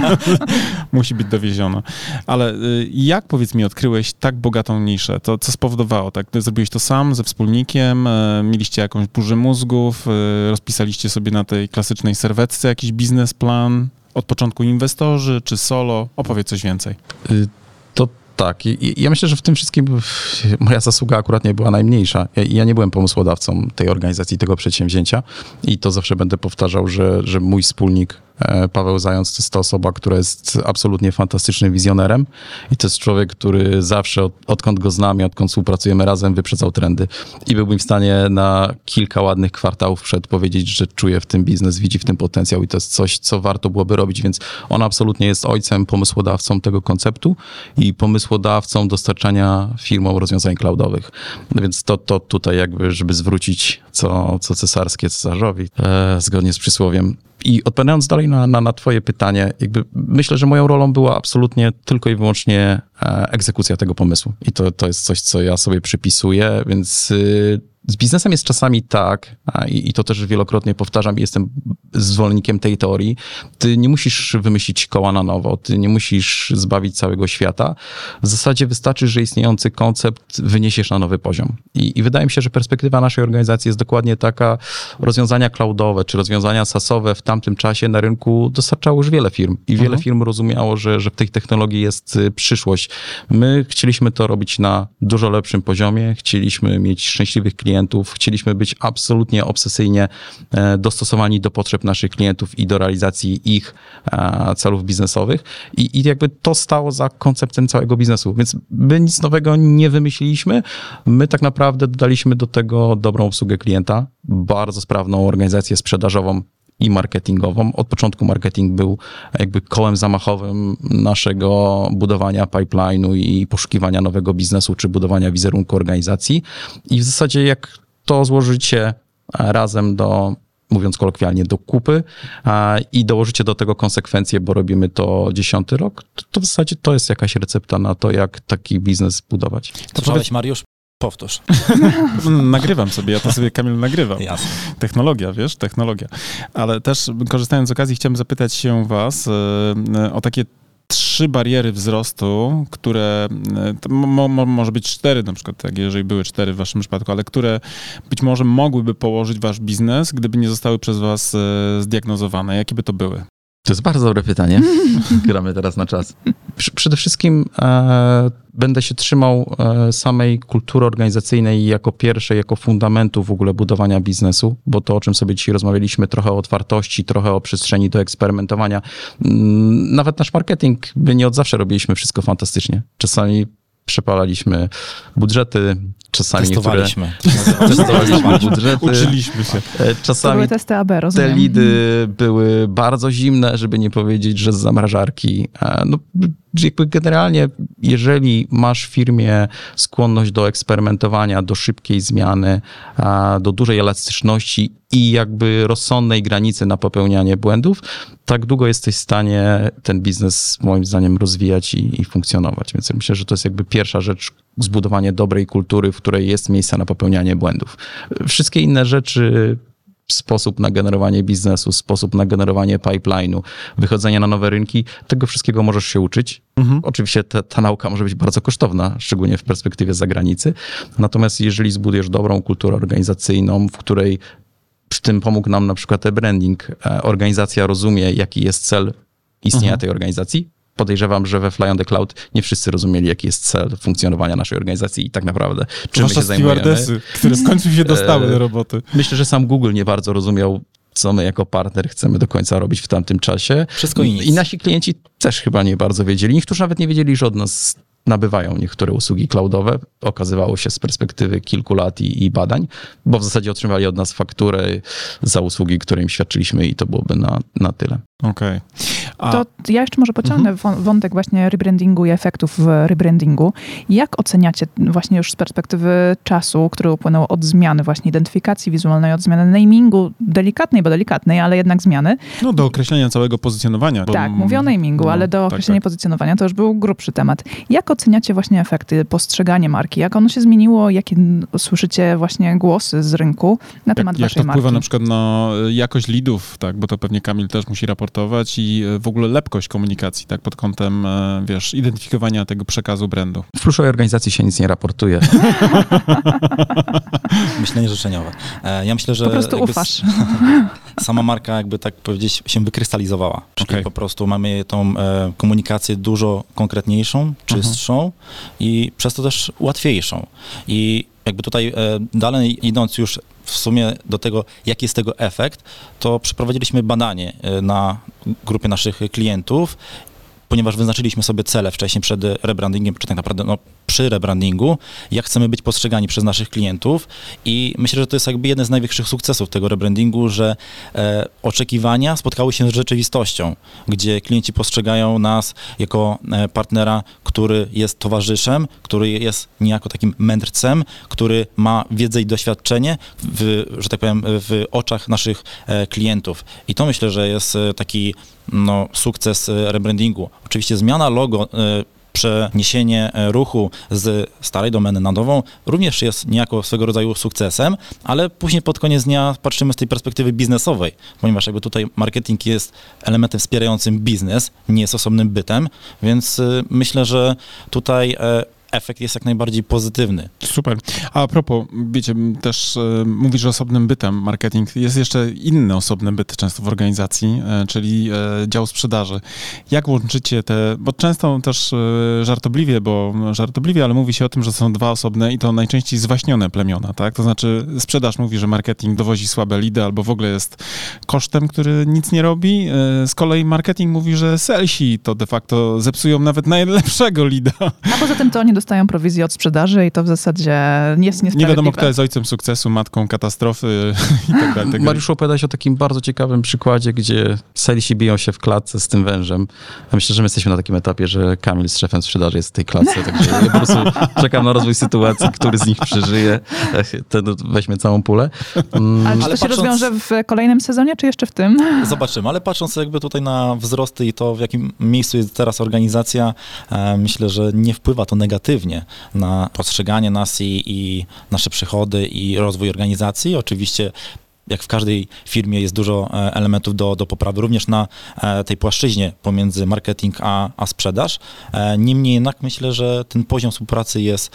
musi być dowieziona. Ale y, jak, powiedz mi, odkryłeś tak bogatą niszę? To co spowodowało, tak? Zrobiłeś to sam, ze wspólnikiem, y, mieliście jakąś burzę mózgów, y, rozpisaliście sobie na tej klasycznej serwetce jakiś biznesplan, od początku inwestorzy, czy solo? Opowiedz coś więcej. Y, To tak. I, i ja myślę, że w tym wszystkim moja zasługa akurat nie była najmniejsza. Ja, ja nie byłem pomysłodawcą tej organizacji, tego przedsięwzięcia i to zawsze będę powtarzał, że, że mój wspólnik Paweł Zając to jest ta osoba, która jest absolutnie fantastycznym wizjonerem i to jest człowiek, który zawsze, od, odkąd go znam i odkąd współpracujemy razem, wyprzedzał trendy i byłbym w stanie na kilka ładnych kwartałów przed powiedzieć, że czuje w tym biznes, widzi w tym potencjał i to jest coś, co warto byłoby robić, więc on absolutnie jest ojcem, pomysłodawcą tego konceptu i pomysłodawcą dostarczania firmom rozwiązań cloudowych. Więc to, to tutaj jakby, żeby zwrócić co, co cesarskie cesarzowi, e, zgodnie z przysłowiem. I odpowiadając dalej na, na, na twoje pytanie, jakby myślę, że moją rolą była absolutnie tylko i wyłącznie e, egzekucja tego pomysłu. I to, to jest coś, co ja sobie przypisuję, więc y, z biznesem jest czasami tak, a, i, i to też wielokrotnie powtarzam, jestem zwolennikiem tej teorii, ty nie musisz wymyślić koła na nowo, ty nie musisz zbawić całego świata. W zasadzie wystarczy, że istniejący koncept wyniesiesz na nowy poziom. I, i wydaje mi się, że perspektywa naszej organizacji jest dokładnie taka, rozwiązania cloudowe czy rozwiązania sasowe w tamtym czasie na rynku dostarczało już wiele firm i wiele mhm. firm rozumiało, że, że w tej technologii jest przyszłość. My chcieliśmy to robić na dużo lepszym poziomie, chcieliśmy mieć szczęśliwych klientów, chcieliśmy być absolutnie obsesyjnie dostosowani do potrzeb naszych klientów i do realizacji ich celów biznesowych i, i jakby to stało za konceptem całego biznesu, więc my nic nowego nie wymyśliliśmy, my tak naprawdę dodaliśmy do tego dobrą obsługę klienta, bardzo sprawną organizację sprzedażową i marketingową. Od początku marketing był jakby kołem zamachowym naszego budowania pipeline'u i poszukiwania nowego biznesu, czy budowania wizerunku organizacji. I w zasadzie jak to złożycie razem do, mówiąc kolokwialnie, do kupy i dołożycie do tego konsekwencje, bo robimy to dziesiąty rok, to, to w zasadzie to jest jakaś recepta na to, jak taki biznes budować. To Słyszałeś, Mariusz? Powtórz. Nagrywam sobie, ja to sobie, Kamil, nagrywam. Jasne. Technologia, wiesz, technologia. Ale też korzystając z okazji chciałem zapytać się was o takie trzy bariery wzrostu, które, to mo, mo, może być cztery na przykład, tak, jeżeli były cztery w waszym przypadku, ale które być może mogłyby położyć wasz biznes, gdyby nie zostały przez was zdiagnozowane. Jakie by to były? To jest bardzo dobre pytanie. Gramy teraz na czas. Przede wszystkim e, będę się trzymał e, samej kultury organizacyjnej jako pierwszej, jako fundamentu w ogóle budowania biznesu, bo to, o czym sobie dzisiaj rozmawialiśmy, trochę o otwartości, trochę o przestrzeni do eksperymentowania. Mm, nawet nasz marketing, my nie od zawsze robiliśmy wszystko fantastycznie. Czasami przepalaliśmy budżety, czasami testowaliśmy. Niektóre... Testowaliśmy budżety. Uczyliśmy się. Czasami to były testy A B, rozumiem. Te lidy były bardzo zimne, żeby nie powiedzieć, że z zamrażarki. No, jakby generalnie, jeżeli masz w firmie skłonność do eksperymentowania, do szybkiej zmiany, do dużej elastyczności i jakby rozsądnej granicy na popełnianie błędów, tak długo jesteś w stanie ten biznes moim zdaniem rozwijać i, i funkcjonować. Więc myślę, że to jest jakby pierwsza rzecz, zbudowanie dobrej kultury, w której jest miejsce na popełnianie błędów. Wszystkie inne rzeczy, sposób na generowanie biznesu, sposób na generowanie pipeline'u, wychodzenie na nowe rynki, tego wszystkiego możesz się uczyć. Mhm. Oczywiście ta, ta nauka może być bardzo kosztowna, szczególnie w perspektywie zagranicy. Natomiast jeżeli zbudujesz dobrą kulturę organizacyjną, w której Przy tym pomógł nam na przykład e-branding. Organizacja rozumie, jaki jest cel istnienia mhm. tej organizacji. Podejrzewam, że we Fly on the Cloud nie wszyscy rozumieli, jaki jest cel funkcjonowania naszej organizacji i tak naprawdę czym my się zajmujemy. Stewardessy, które w końcu się dostały do roboty. Myślę, że sam Google nie bardzo rozumiał, co my jako partner chcemy do końca robić w tamtym czasie. Wszystko i nic. I nasi klienci też chyba nie bardzo wiedzieli. Niektórzy nawet nie wiedzieli, że od nas nabywają niektóre usługi cloudowe. Okazywało się z perspektywy kilku lat i, i badań, bo w zasadzie otrzymywali od nas fakturę za usługi, które im świadczyliśmy i to byłoby na, na tyle. Okej. Okay. To ja jeszcze może pociągnę mhm. wątek właśnie rebrandingu i efektów w rebrandingu. Jak oceniacie właśnie już z perspektywy czasu, który upłynął od zmiany właśnie identyfikacji wizualnej, od zmiany namingu, delikatnej, bo delikatnej, ale jednak zmiany? No do określenia całego pozycjonowania. Bo... Tak, mówię o namingu, no, ale do określenia tak, tak. pozycjonowania to już był grubszy temat. Jak oceniacie właśnie efekty, postrzeganie marki? Jak ono się zmieniło? Jakie słyszycie właśnie głosy z rynku na temat jak, waszej jak to wpływa marki? na przykład na jakość leadów, tak, bo to pewnie Kamil też musi raportować i w ogóle lepkość komunikacji, tak, pod kątem, wiesz, identyfikowania tego przekazu brandu. W pluszowej organizacji się nic nie raportuje. Myślenie życzeniowe. Ja myślę, że... Po prostu ufasz. Sama marka, jakby tak powiedzieć, się wykrystalizowała. Czyli okay. po prostu mamy tą e, komunikację dużo konkretniejszą, czystszą uh-huh. i przez to też łatwiejszą. I jakby tutaj e, dalej idąc już w sumie do tego, jaki jest tego efekt, to przeprowadziliśmy badanie e, na grupie naszych klientów, ponieważ wyznaczyliśmy sobie cele wcześniej przed rebrandingiem, czy tak naprawdę no, przy rebrandingu, jak chcemy być postrzegani przez naszych klientów i myślę, że to jest jakby jeden z największych sukcesów tego rebrandingu, że e, oczekiwania spotkały się z rzeczywistością, gdzie klienci postrzegają nas jako e, partnera, który jest towarzyszem, który jest niejako takim mędrcem, który ma wiedzę i doświadczenie, w, że tak powiem, w oczach naszych e, klientów. I to myślę, że jest e, taki no, sukces e, rebrandingu. Oczywiście zmiana logo, e, przeniesienie ruchu z starej domeny na nową również jest niejako swego rodzaju sukcesem, ale później pod koniec dnia patrzymy z tej perspektywy biznesowej, ponieważ jakby tutaj marketing jest elementem wspierającym biznes, nie jest osobnym bytem, więc myślę, że tutaj efekt jest jak najbardziej pozytywny. Super. A, a propos, wiecie, też e, mówisz o osobnym bytem marketing. Jest jeszcze inny osobny byt często w organizacji, e, czyli e, dział sprzedaży. Jak łączycie te, bo często też e, żartobliwie, bo żartobliwie, ale mówi się o tym, że są dwa osobne i to najczęściej zwaśnione plemiona, tak? To znaczy sprzedaż mówi, że marketing dowozi słabe lidy albo w ogóle jest kosztem, który nic nie robi. E, z kolei marketing mówi, że salesi to de facto zepsują nawet najlepszego lida. A poza tym to oni dostają prowizję od sprzedaży i to w zasadzie jest niesprawiedliwe. Nie wiadomo, kto jest ojcem sukcesu, matką katastrofy i tak dalej. Mariusz, opowiadałeś o takim bardzo ciekawym przykładzie, gdzie salesi biją się w klatce z tym wężem. Ja myślę, że my jesteśmy na takim etapie, że Kamil z szefem sprzedaży jest w tej klatce, także ja po prostu czekam na rozwój sytuacji, który z nich przeżyje, ten weźmie całą pulę. Mm. Ale czy ale to patrząc... się rozwiąże w kolejnym sezonie, czy jeszcze w tym? Zobaczymy, ale patrząc jakby tutaj na wzrosty i to, w jakim miejscu jest teraz organizacja, e, myślę, że nie wpływa to negatywnie na postrzeganie nas i, i nasze przychody i rozwój organizacji. Oczywiście jak w każdej firmie jest dużo elementów do, do poprawy, również na tej płaszczyźnie pomiędzy marketing a, a sprzedaż. Niemniej jednak myślę, że ten poziom współpracy jest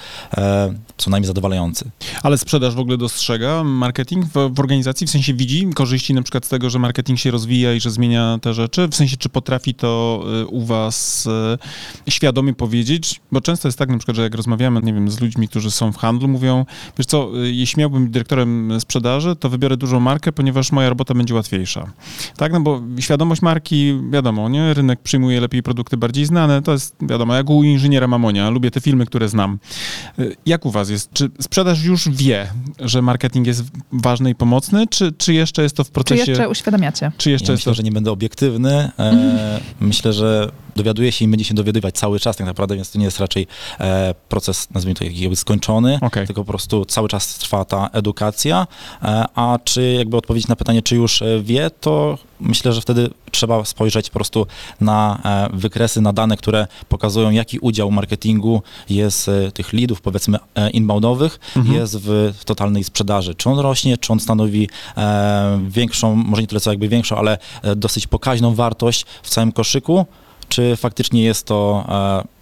co najmniej zadowalający. Ale sprzedaż w ogóle dostrzega marketing w, w organizacji? W sensie widzi korzyści na przykład z tego, że marketing się rozwija i że zmienia te rzeczy? W sensie, czy potrafi to u was świadomie powiedzieć? Bo często jest tak na przykład, że jak rozmawiamy, nie wiem, z ludźmi, którzy są w handlu, mówią, wiesz co, jeśli miałbym być dyrektorem sprzedaży, to wybiorę dużą markę, ponieważ moja robota będzie łatwiejsza. Tak, no bo świadomość marki, wiadomo, nie? Rynek przyjmuje lepiej produkty bardziej znane, to jest wiadomo, jak u inżyniera Mamonia, lubię te filmy, które znam. Jak u was jest? Czy sprzedaż już wie, że marketing jest ważny i pomocny, czy, czy jeszcze jest to w procesie... Czy jeszcze uświadamiacie? Czy jeszcze ja jest myślę, to... że nie będę obiektywny. E, myślę, że dowiaduje się i będzie się dowiadywać cały czas tak naprawdę, więc to nie jest raczej e, proces, nazwijmy to jakby skończony, okay. tylko po prostu cały czas trwa ta edukacja, e, a czy jakby odpowiedzieć na pytanie, czy już wie, to myślę, że wtedy trzeba spojrzeć po prostu na e, wykresy, na dane, które pokazują, jaki udział marketingu jest e, tych leadów, powiedzmy e, inboundowych, mhm. jest w, w totalnej sprzedaży. Czy on rośnie, czy on stanowi e, większą, może nie tyle co jakby większą, ale e, dosyć pokaźną wartość w całym koszyku, czy faktycznie jest to e,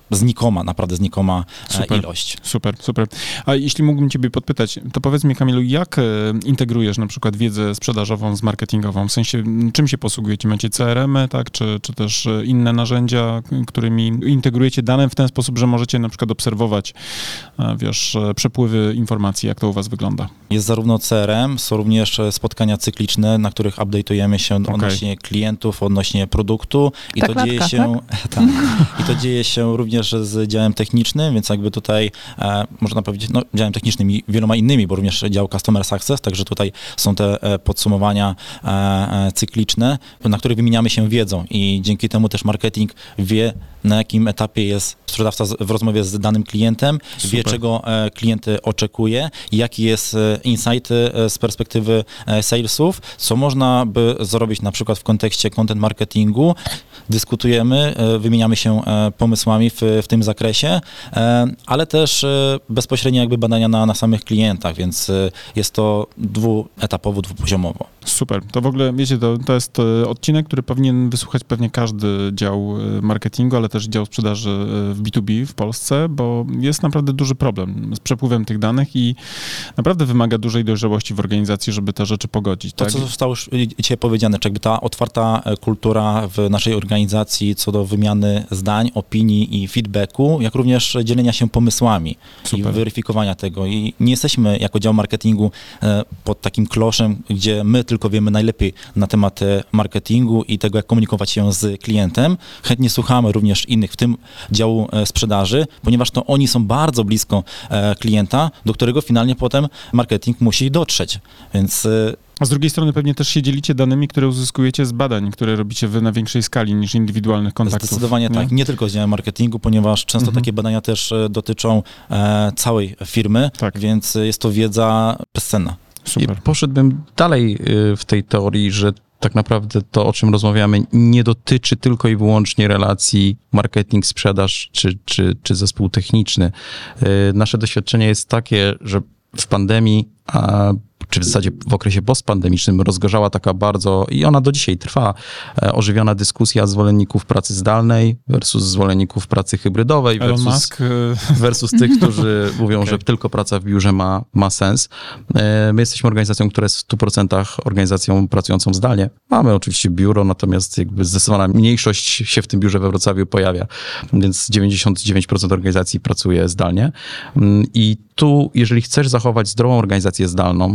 znikoma, naprawdę znikoma Super. ilość. Super, super. A jeśli mógłbym ciebie podpytać, to powiedz mi, Kamilu, jak e, integrujesz na przykład wiedzę sprzedażową z marketingową? W sensie, czym się posługujecie? Macie C R M-y, tak? Czy, czy też e, inne narzędzia, którymi integrujecie dane w ten sposób, że możecie na przykład obserwować, e, wiesz, e, przepływy informacji, jak to u was wygląda? Jest zarówno C R M, są również spotkania cykliczne, na których update'ujemy się Okay. odnośnie klientów, odnośnie produktu i Ta to klatka, dzieje się tak? I to dzieje się również z działem technicznym, więc jakby tutaj e, można powiedzieć, no działem technicznym i wieloma innymi, bo również dział Customer Success, także tutaj są te e, podsumowania e, e, cykliczne, na których wymieniamy się wiedzą i dzięki temu też marketing wie, na jakim etapie jest sprzedawca z, w rozmowie z danym klientem, Super. wie, czego e, klient oczekuje, jaki jest e, insight e, z perspektywy e, salesów, co można by zrobić na przykład w kontekście content marketingu. Dyskutujemy, e, wymieniamy się e, pomysłami w, w tym zakresie, e, ale też e, bezpośrednio jakby badania na, na samych klientach, więc e, jest to dwuetapowo, dwupoziomowo. Super. To w ogóle, wiecie, to, to jest e, odcinek, który powinien wysłuchać pewnie każdy dział e, marketingu, ale też dział sprzedaży e, w B dwa B w Polsce, bo jest naprawdę duży problem z przepływem tych danych i naprawdę wymaga dużej dojrzałości w organizacji, żeby te rzeczy pogodzić. To, tak? co zostało już dzisiaj powiedziane, czy jakby ta otwarta kultura w naszej organizacji co do wymiany zdań, opinii i feedbacku, jak również dzielenia się pomysłami Super. i weryfikowania tego. I nie jesteśmy jako dział marketingu pod takim kloszem, gdzie my tylko wiemy najlepiej na temat marketingu i tego, jak komunikować się z klientem. Chętnie słuchamy również innych, w tym działu sprzedaży, ponieważ to oni są bardzo blisko klienta, do którego finalnie potem marketing musi dotrzeć. Więc A z drugiej strony pewnie też się dzielicie danymi, które uzyskujecie z badań, które robicie wy na większej skali niż indywidualnych kontaktów. Zdecydowanie nie? tak. Nie tylko z działem marketingu, ponieważ często Mhm. takie badania też e, dotyczą e, całej firmy, Tak. więc jest to wiedza bezcenna. Super. I poszedłbym dalej y, w tej teorii, że tak naprawdę to, o czym rozmawiamy, nie dotyczy tylko i wyłącznie relacji marketing, sprzedaż czy, czy, czy zespół techniczny. Y, Nasze doświadczenie jest takie, że w pandemii, a czy w zasadzie w okresie postpandemicznym rozgorzała taka bardzo, i ona do dzisiaj trwa, e, ożywiona dyskusja zwolenników pracy zdalnej versus zwolenników pracy hybrydowej Elon versus, Musk, e, versus tych, którzy mówią, Okay. że tylko praca w biurze ma, ma sens. E, My jesteśmy organizacją, która jest w stu procentach organizacją pracującą zdalnie. Mamy oczywiście biuro, natomiast jakby zdecydowana mniejszość się w tym biurze we Wrocławiu pojawia, więc dziewięćdziesiąt dziewięć procent organizacji pracuje zdalnie. Mm, I tu, jeżeli chcesz zachować zdrową organizację zdalną,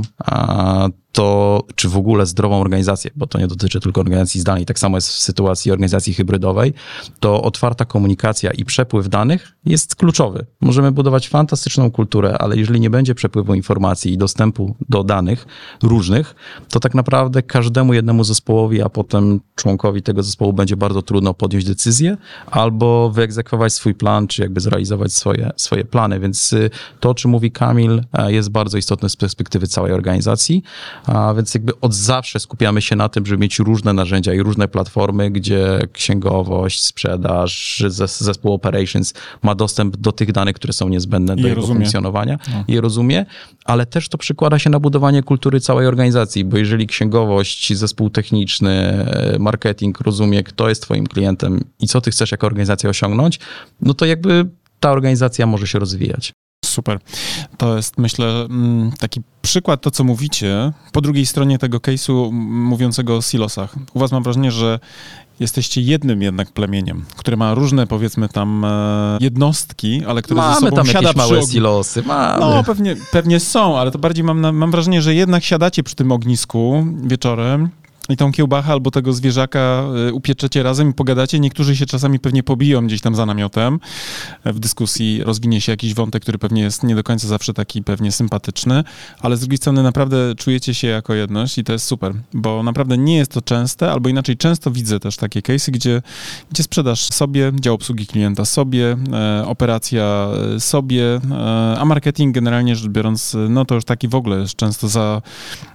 a to, czy w ogóle zdrową organizację, bo to nie dotyczy tylko organizacji zdalnej, tak samo jest w sytuacji organizacji hybrydowej, to otwarta komunikacja i przepływ danych jest kluczowy. Możemy budować fantastyczną kulturę, ale jeżeli nie będzie przepływu informacji i dostępu do danych różnych, to tak naprawdę każdemu jednemu zespołowi, a potem członkowi tego zespołu będzie bardzo trudno podjąć decyzję albo wyegzekwować swój plan, czy jakby zrealizować swoje, swoje plany. Więc to, o czym mówi Kamil, jest bardzo istotne z perspektywy całej organizacji. A więc jakby od zawsze skupiamy się na tym, żeby mieć różne narzędzia i różne platformy, gdzie księgowość, sprzedaż, zespół operations ma dostęp do tych danych, które są niezbędne do je jego rozumie. funkcjonowania. No. Je rozumie, ale też to przekłada się na budowanie kultury całej organizacji, bo jeżeli księgowość, zespół techniczny, marketing rozumie, kto jest twoim klientem i co ty chcesz jako organizacja osiągnąć, no to jakby ta organizacja może się rozwijać. Super. To jest, myślę, taki przykład, to co mówicie, po drugiej stronie tego case'u mówiącego o silosach. U was mam wrażenie, że jesteście jednym jednak plemieniem, które ma różne, powiedzmy tam, jednostki, ale które mamy ze sobą tam siada jakieś przy małe ognisku. silosy, mamy. No, pewnie, pewnie są, ale to bardziej mam, mam wrażenie, że jednak siadacie przy tym ognisku wieczorem i tą kiełbachę albo tego zwierzaka upieczecie razem i pogadacie. Niektórzy się czasami pewnie pobiją gdzieś tam za namiotem. W dyskusji rozwinie się jakiś wątek, który pewnie jest nie do końca zawsze taki pewnie sympatyczny, ale z drugiej strony naprawdę czujecie się jako jedność i to jest super, bo naprawdę nie jest to częste, albo inaczej często widzę też takie case'y, gdzie, gdzie sprzedaż sobie, dział obsługi klienta sobie, e, operacja sobie, e, a marketing generalnie rzecz biorąc, no to już taki w ogóle jest często za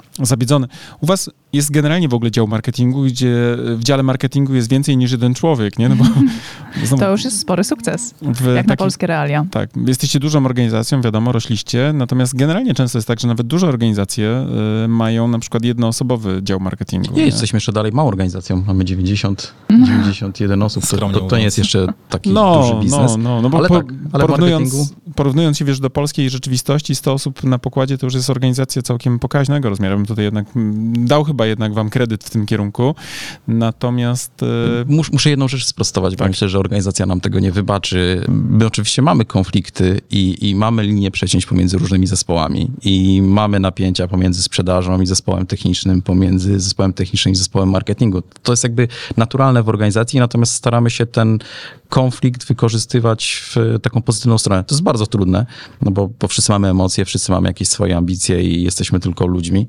zabiedzony. U was jest generalnie w ogóle dział marketingu, gdzie w dziale marketingu jest więcej niż jeden człowiek, nie? No bo znowu, to już jest spory sukces, w jak taki, na polskie realia. Tak, jesteście dużą organizacją, wiadomo, rośliście, natomiast generalnie często jest tak, że nawet duże organizacje y, mają na przykład jednoosobowy dział marketingu. Nie, nie? jesteśmy jeszcze dalej małą organizacją, mamy dziewięćdziesiąt, dziewięćdziesiąt jeden osób, to, to, to nie jest jeszcze taki no, duży biznes. No, no, no bo ale po, tak, ale porównując, marketingu... porównując się, wiesz, do polskiej rzeczywistości, sto osób na pokładzie to już jest organizacja całkiem pokaźnego rozmiaru. Bym tutaj jednak dał chyba jednak wam kredyt w tym kierunku. Natomiast... Mus, muszę jedną rzecz sprostować, bo tak. myślę, że organizacja nam tego nie wybaczy. My oczywiście mamy konflikty i, i mamy linię przecięć pomiędzy różnymi zespołami i mamy napięcia pomiędzy sprzedażą i zespołem technicznym, pomiędzy zespołem technicznym i zespołem marketingu. To jest jakby naturalne w organizacji, natomiast staramy się ten konflikt wykorzystywać w taką pozytywną stronę. To jest bardzo trudne, no bo, bo wszyscy mamy emocje, wszyscy mamy jakieś swoje ambicje i jesteśmy tylko ludźmi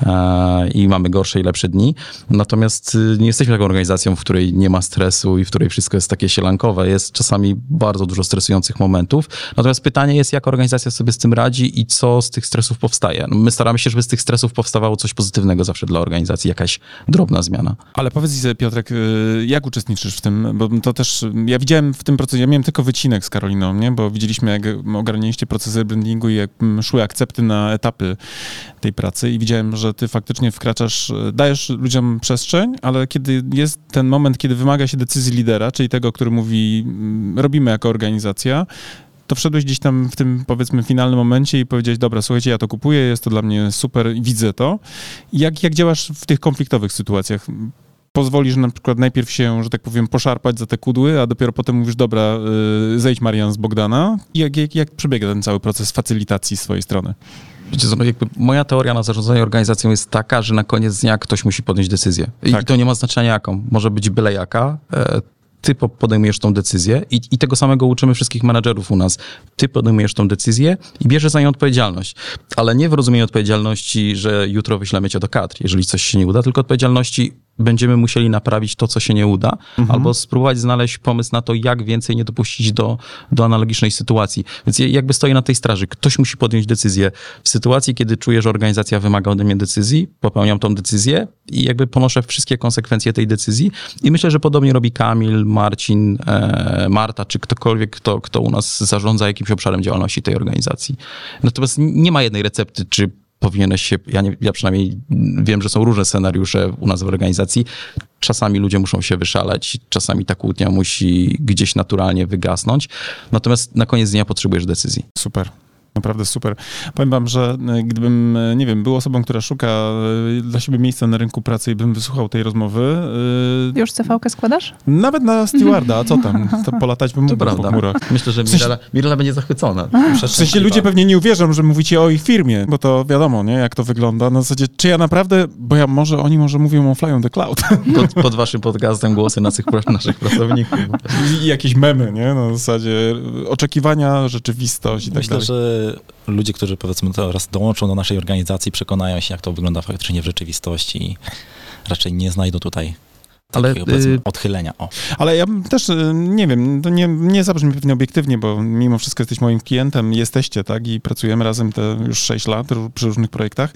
e, i mamy gorsze i lepsze dni. Natomiast nie jesteśmy taką organizacją, w której nie ma stresu i w której wszystko jest takie sielankowe. Jest czasami bardzo dużo stresujących momentów. Natomiast pytanie jest, jak organizacja sobie z tym radzi i co z tych stresów powstaje. No my staramy się, żeby z tych stresów powstawało coś pozytywnego zawsze dla organizacji, jakaś drobna zmiana. Ale powiedz mi sobie, Piotrek, jak uczestniczysz w tym? Bo to też, ja widziałem w tym procesie, ja miałem tylko wycinek z Karoliną, nie? Bo widzieliśmy, jak ogarnialiście procesy brandingu i jak szły akcepty na etapy tej pracy i widziałem, że ty faktycznie wkraczasz, dajesz ludziom przestrzeń, ale kiedy jest ten moment, kiedy wymaga się decyzji lidera, czyli tego, który mówi, robimy jako organizacja, to wszedłeś gdzieś tam w tym, powiedzmy, finalnym momencie i powiedziałeś, dobra, słuchajcie, ja to kupuję, jest to dla mnie super i widzę to. Jak, jak działasz w tych konfliktowych sytuacjach? Pozwolisz na przykład najpierw się, że tak powiem, poszarpać za te kudły, a dopiero potem mówisz, dobra, yy, zejdź Marian z Bogdana. Jak, jak, jak przebiega ten cały proces facylitacji z twojej strony? Wiecie, jakby moja teoria na zarządzanie organizacją jest taka, że na koniec dnia ktoś musi podjąć decyzję. I tak. to nie ma znaczenia jaką. Może być byle jaka. Ty podejmujesz tą decyzję i, i tego samego uczymy wszystkich menadżerów u nas. Ty podejmujesz tą decyzję i bierzesz za nią odpowiedzialność. Ale nie w rozumieniu odpowiedzialności, że jutro wyślemy cię do kadr, jeżeli coś się nie uda, tylko odpowiedzialności będziemy musieli naprawić to, co się nie uda, mhm. albo spróbować znaleźć pomysł na to, jak więcej nie dopuścić do, do analogicznej sytuacji. Więc jakby stoję na tej straży. Ktoś musi podjąć decyzję. W sytuacji, kiedy czuję, że organizacja wymaga ode mnie decyzji, popełniam tą decyzję i jakby ponoszę wszystkie konsekwencje tej decyzji. I myślę, że podobnie robi Kamil, Marcin, e, Marta, czy ktokolwiek, kto, kto u nas zarządza jakimś obszarem działalności tej organizacji. Natomiast nie ma jednej recepty, czy powinieneś się, ja, nie, ja przynajmniej wiem, że są różne scenariusze u nas w organizacji. Czasami ludzie muszą się wyszaleć, czasami ta kłótnia musi gdzieś naturalnie wygasnąć. Natomiast na koniec dnia potrzebujesz decyzji. Super. Naprawdę super. Powiem wam, że gdybym, nie wiem, był osobą, która szuka dla siebie miejsca na rynku pracy i bym wysłuchał tej rozmowy... Yy, Już C V-kę składasz? Nawet na stewarda, a co tam? To polatać bym mógł po chmurach. Myślę, że Mirela, Mirela będzie zachwycona. W sensie ludzie pewnie nie uwierzą, że mówicie o ich firmie, bo to wiadomo, nie, jak to wygląda. Na zasadzie, czy ja naprawdę, bo ja może, oni może mówią o Fly on the Cloud. Pod, pod waszym podcastem głosy naszych, naszych pracowników. I jakieś memy, nie? Na zasadzie oczekiwania, rzeczywistość i tak Myślę, dalej. że ludzie, którzy powiedzmy teraz dołączą do naszej organizacji, przekonają się, jak to wygląda faktycznie w rzeczywistości i raczej nie znajdą tutaj Ale takiego, powiedzmy, odchylenia. O. Ale ja też, nie wiem, to nie, nie zabrzmi pewnie obiektywnie, bo mimo wszystko jesteś moim klientem, jesteście, tak, i pracujemy razem te już sześć lat przy różnych projektach,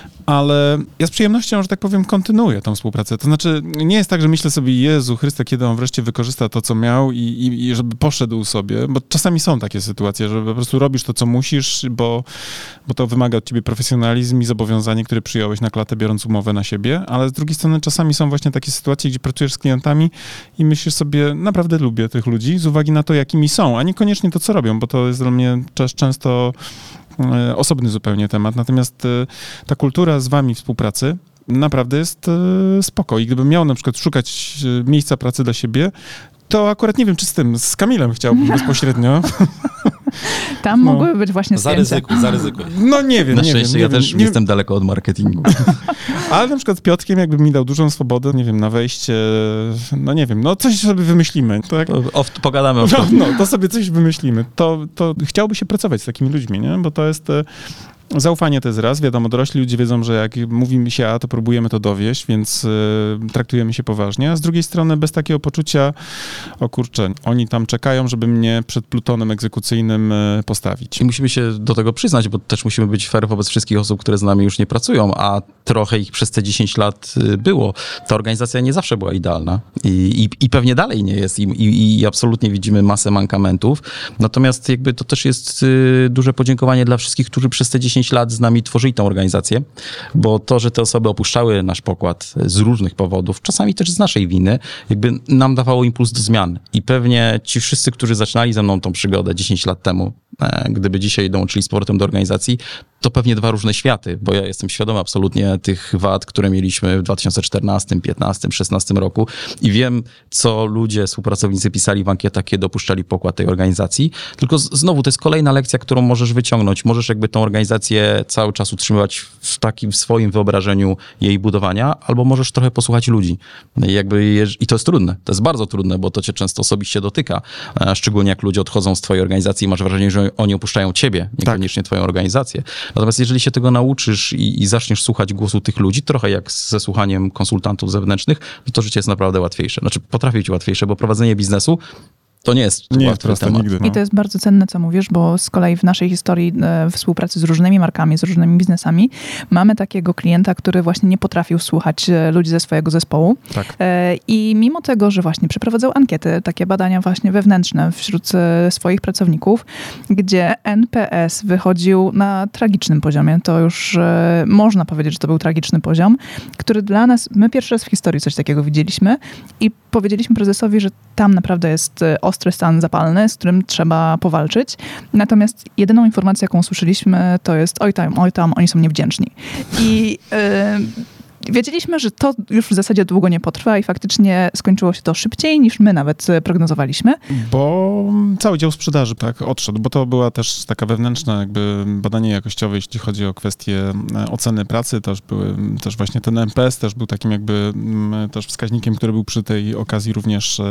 ale ja z przyjemnością, że tak powiem, kontynuuję tą współpracę. To znaczy, nie jest tak, że myślę sobie, Jezu Chryste, kiedy on wreszcie wykorzysta to, co miał i, i, i żeby poszedł sobie, bo czasami są takie sytuacje, że po prostu robisz to, co musisz, bo, bo to wymaga od ciebie profesjonalizm i zobowiązanie, które przyjąłeś na klatę, biorąc umowę na siebie, ale z drugiej strony czasami są właśnie takie sytuacje, gdzie pracujesz z klientami i myślisz sobie, naprawdę lubię tych ludzi z uwagi na to, jakimi są, a niekoniecznie to, co robią, bo to jest dla mnie też często osobny zupełnie temat. Natomiast ta kultura z wami współpracy naprawdę jest spoko. I gdybym miał na przykład szukać miejsca pracy dla siebie, to akurat nie wiem, czy z tym, z Kamilem chciałbym bezpośrednio. Tam No. mogłyby być właśnie zdjęcia. Zaryzykuj, zaryzykuj. No nie wiem, Na nie szczęście wiem. ja nie też wiem, nie jestem daleko od marketingu. Ale na przykład z Piotrkiem, jakby mi dał dużą swobodę, nie wiem, na wejście, no nie wiem, no coś sobie wymyślimy. To jak, O, pogadamy o no, tym. no, to sobie coś wymyślimy. To, to chciałoby się pracować z takimi ludźmi, nie? Bo to jest... Zaufanie to jest raz, wiadomo, dorośli ludzie wiedzą, że jak mówi mi się A, to próbujemy to dowieść, więc y, traktujemy się poważnie, a z drugiej strony bez takiego poczucia, o kurczę, oni tam czekają, żeby mnie przed plutonem egzekucyjnym y, postawić. I musimy się do tego przyznać, bo też musimy być fair wobec wszystkich osób, które z nami już nie pracują, a trochę ich przez te dziesięć lat y, było. Ta organizacja nie zawsze była idealna i, i, i pewnie dalej nie jest i, i, i absolutnie widzimy masę mankamentów, natomiast jakby to też jest y, duże podziękowanie dla wszystkich, którzy przez te dziesięć lat z nami tworzyli tę organizację, bo to, że te osoby opuszczały nasz pokład z różnych powodów, czasami też z naszej winy, jakby nam dawało impuls do zmian. I pewnie ci wszyscy, którzy zaczynali ze mną tą przygodę dziesięć lat temu, e, gdyby dzisiaj dołączyli z powrotem do organizacji, to pewnie dwa różne światy, bo ja jestem świadomy absolutnie tych wad, które mieliśmy w dwa tysiące czternastym, piętnastym, szesnastym roku i wiem, co ludzie, współpracownicy pisali w ankietach, kiedy opuszczali pokład tej organizacji. Tylko z, znowu, to jest kolejna lekcja, którą możesz wyciągnąć. Możesz jakby tą organizację cały czas utrzymywać w takim swoim wyobrażeniu jej budowania, albo możesz trochę posłuchać ludzi. I, jakby, I to jest trudne. To jest bardzo trudne, bo to cię często osobiście dotyka. Szczególnie jak ludzie odchodzą z twojej organizacji i masz wrażenie, że oni opuszczają ciebie, niekoniecznie tak. twoją organizację. Natomiast jeżeli się tego nauczysz i, i zaczniesz słuchać głosu tych ludzi, trochę jak ze słuchaniem konsultantów zewnętrznych, to, to życie jest naprawdę łatwiejsze. Znaczy potrafi być łatwiejsze, bo prowadzenie biznesu to nie jest nie łatwy jest temat. Nigdy, no. I to jest bardzo cenne, co mówisz, bo z kolei w naszej historii e, współpracy z różnymi markami, z różnymi biznesami, mamy takiego klienta, który właśnie nie potrafił słuchać e, ludzi ze swojego zespołu. Tak. E, I mimo tego, że właśnie przeprowadzał ankiety, takie badania właśnie wewnętrzne wśród e, swoich pracowników, gdzie N P S wychodził na tragicznym poziomie, to już e, można powiedzieć, że to był tragiczny poziom, który dla nas, my pierwszy raz w historii coś takiego widzieliśmy i powiedzieliśmy prezesowi, że tam naprawdę jest e, ostry stan zapalny, z którym trzeba powalczyć. Natomiast jedyną informację, jaką usłyszeliśmy, to jest oj tam, oj tam, oni są niewdzięczni. I yy, wiedzieliśmy, że to już w zasadzie długo nie potrwa i faktycznie skończyło się to szybciej, niż my nawet prognozowaliśmy. Bo cały dział sprzedaży tak odszedł, bo to była też taka wewnętrzna jakby badanie jakościowe, jeśli chodzi o kwestie oceny pracy, też były, też właśnie ten N P S też był takim jakby też wskaźnikiem, który był przy tej okazji również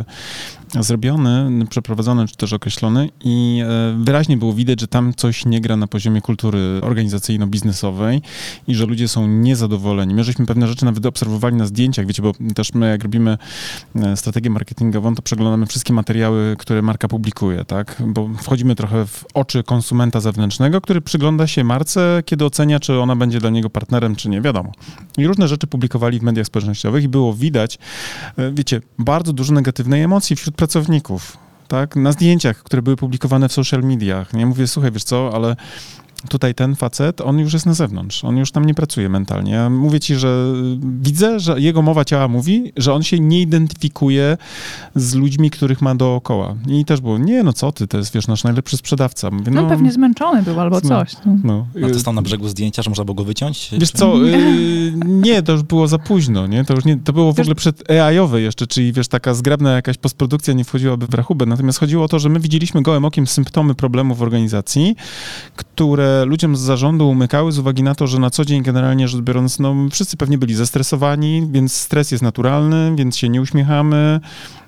zrobiony, przeprowadzony, czy też określony i wyraźnie było widać, że tam coś nie gra na poziomie kultury organizacyjno-biznesowej i że ludzie są niezadowoleni. My żeśmy pewne rzeczy nawet obserwowali na zdjęciach, wiecie, bo też my jak robimy strategię marketingową, to przeglądamy wszystkie materiały, które marka publikuje, tak, bo wchodzimy trochę w oczy konsumenta zewnętrznego, który przygląda się marce, kiedy ocenia, czy ona będzie dla niego partnerem, czy nie, wiadomo. I różne rzeczy publikowali w mediach społecznościowych i było widać, wiecie, bardzo dużo negatywnej emocji wśród pracowników, tak, na zdjęciach, które były publikowane w social mediach. Ja mówię, słuchaj, wiesz co, ale tutaj ten facet, on już jest na zewnątrz, on już tam nie pracuje mentalnie. Ja mówię ci, że widzę, że jego mowa ciała mówi, że on się nie identyfikuje z ludźmi, których ma dookoła. I też było, nie, no co ty, to jest, wiesz, nasz najlepszy sprzedawca. Mówię, no, no pewnie zmęczony był albo no, coś. No. No. A to stał na brzegu zdjęcia, że można było go wyciąć? Wiesz co, yy, nie, to już było za późno, nie? To już nie, to było w ogóle przed A I-owe jeszcze, czyli wiesz, taka zgrabna jakaś postprodukcja nie wchodziłaby w rachubę. Natomiast chodziło o to, że my widzieliśmy gołym okiem symptomy problemów w organizacji, które ludziom z zarządu umykały z uwagi na to, że na co dzień generalnie rzecz biorąc, no wszyscy pewnie byli zestresowani, więc stres jest naturalny, więc się nie uśmiechamy,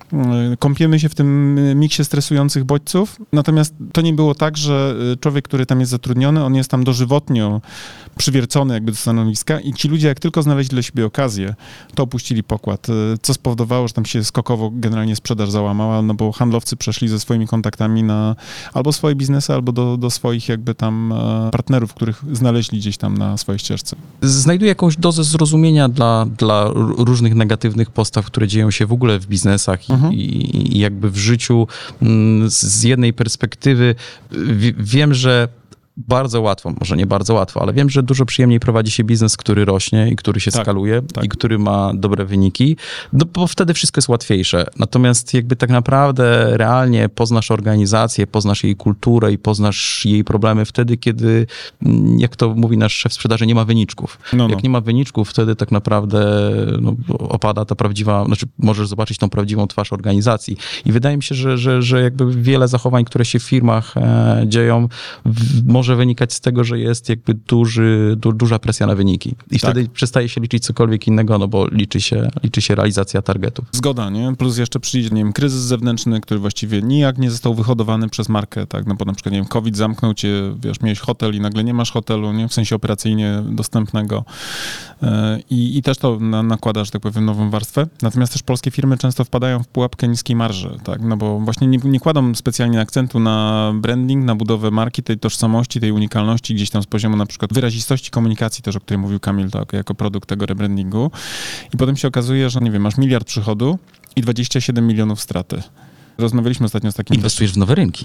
kąpiemy się w tym miksie stresujących bodźców. Natomiast to nie było tak, że człowiek, który tam jest zatrudniony, on jest tam dożywotnio przywiercony jakby do stanowiska i ci ludzie, jak tylko znaleźli dla siebie okazję, to opuścili pokład, co spowodowało, że tam się skokowo generalnie sprzedaż załamała, no bo handlowcy przeszli ze swoimi kontaktami na albo swoje biznesy, albo do, do swoich jakby tam partnerów, których znaleźli gdzieś tam na swojej ścieżce. Znajduję jakąś dozę zrozumienia dla, dla różnych negatywnych postaw, które dzieją się w ogóle w biznesach i, mhm. i, i jakby w życiu. Z jednej perspektywy w, wiem, że bardzo łatwo, może nie bardzo łatwo, ale wiem, że dużo przyjemniej prowadzi się biznes, który rośnie i który się tak, skaluje tak. i który ma dobre wyniki, no bo wtedy wszystko jest łatwiejsze. Natomiast jakby tak naprawdę realnie poznasz organizację, poznasz jej kulturę i poznasz jej problemy wtedy, kiedy, jak to mówi nasz szef sprzedaży, nie ma wyniczków. No, jak no. nie ma wyniczków, wtedy tak naprawdę no, opada ta prawdziwa, znaczy możesz zobaczyć tą prawdziwą twarz organizacji. I wydaje mi się, że, że, że jakby wiele zachowań, które się w firmach e, dzieją, w, może może wynikać z tego, że jest jakby duży, du, duża presja na wyniki. I tak. wtedy przestaje się liczyć cokolwiek innego, no bo liczy się, liczy się realizacja targetów. Zgoda, nie? Plus jeszcze przyjdzie, nie wiem, kryzys zewnętrzny, który właściwie nijak nie został wyhodowany przez markę, tak? No bo na przykład, nie wiem, COVID zamknął cię, wiesz, miałeś hotel i nagle nie masz hotelu, nie? W sensie operacyjnie dostępnego. I, i też to na, nakłada, że tak powiem, nową warstwę. Natomiast też polskie firmy często wpadają w pułapkę niskiej marży, tak? No bo właśnie nie, nie kładą specjalnie akcentu na branding, na budowę marki, tej tożsamości, tej unikalności gdzieś tam z poziomu na przykład wyrazistości komunikacji też, o której mówił Kamil, tak? Jako produkt tego rebrandingu. I potem się okazuje, że nie wiem, masz miliard przychodu i dwadzieścia siedem milionów straty. Rozmawialiśmy ostatnio z takim... Inwestujesz w nowe rynki.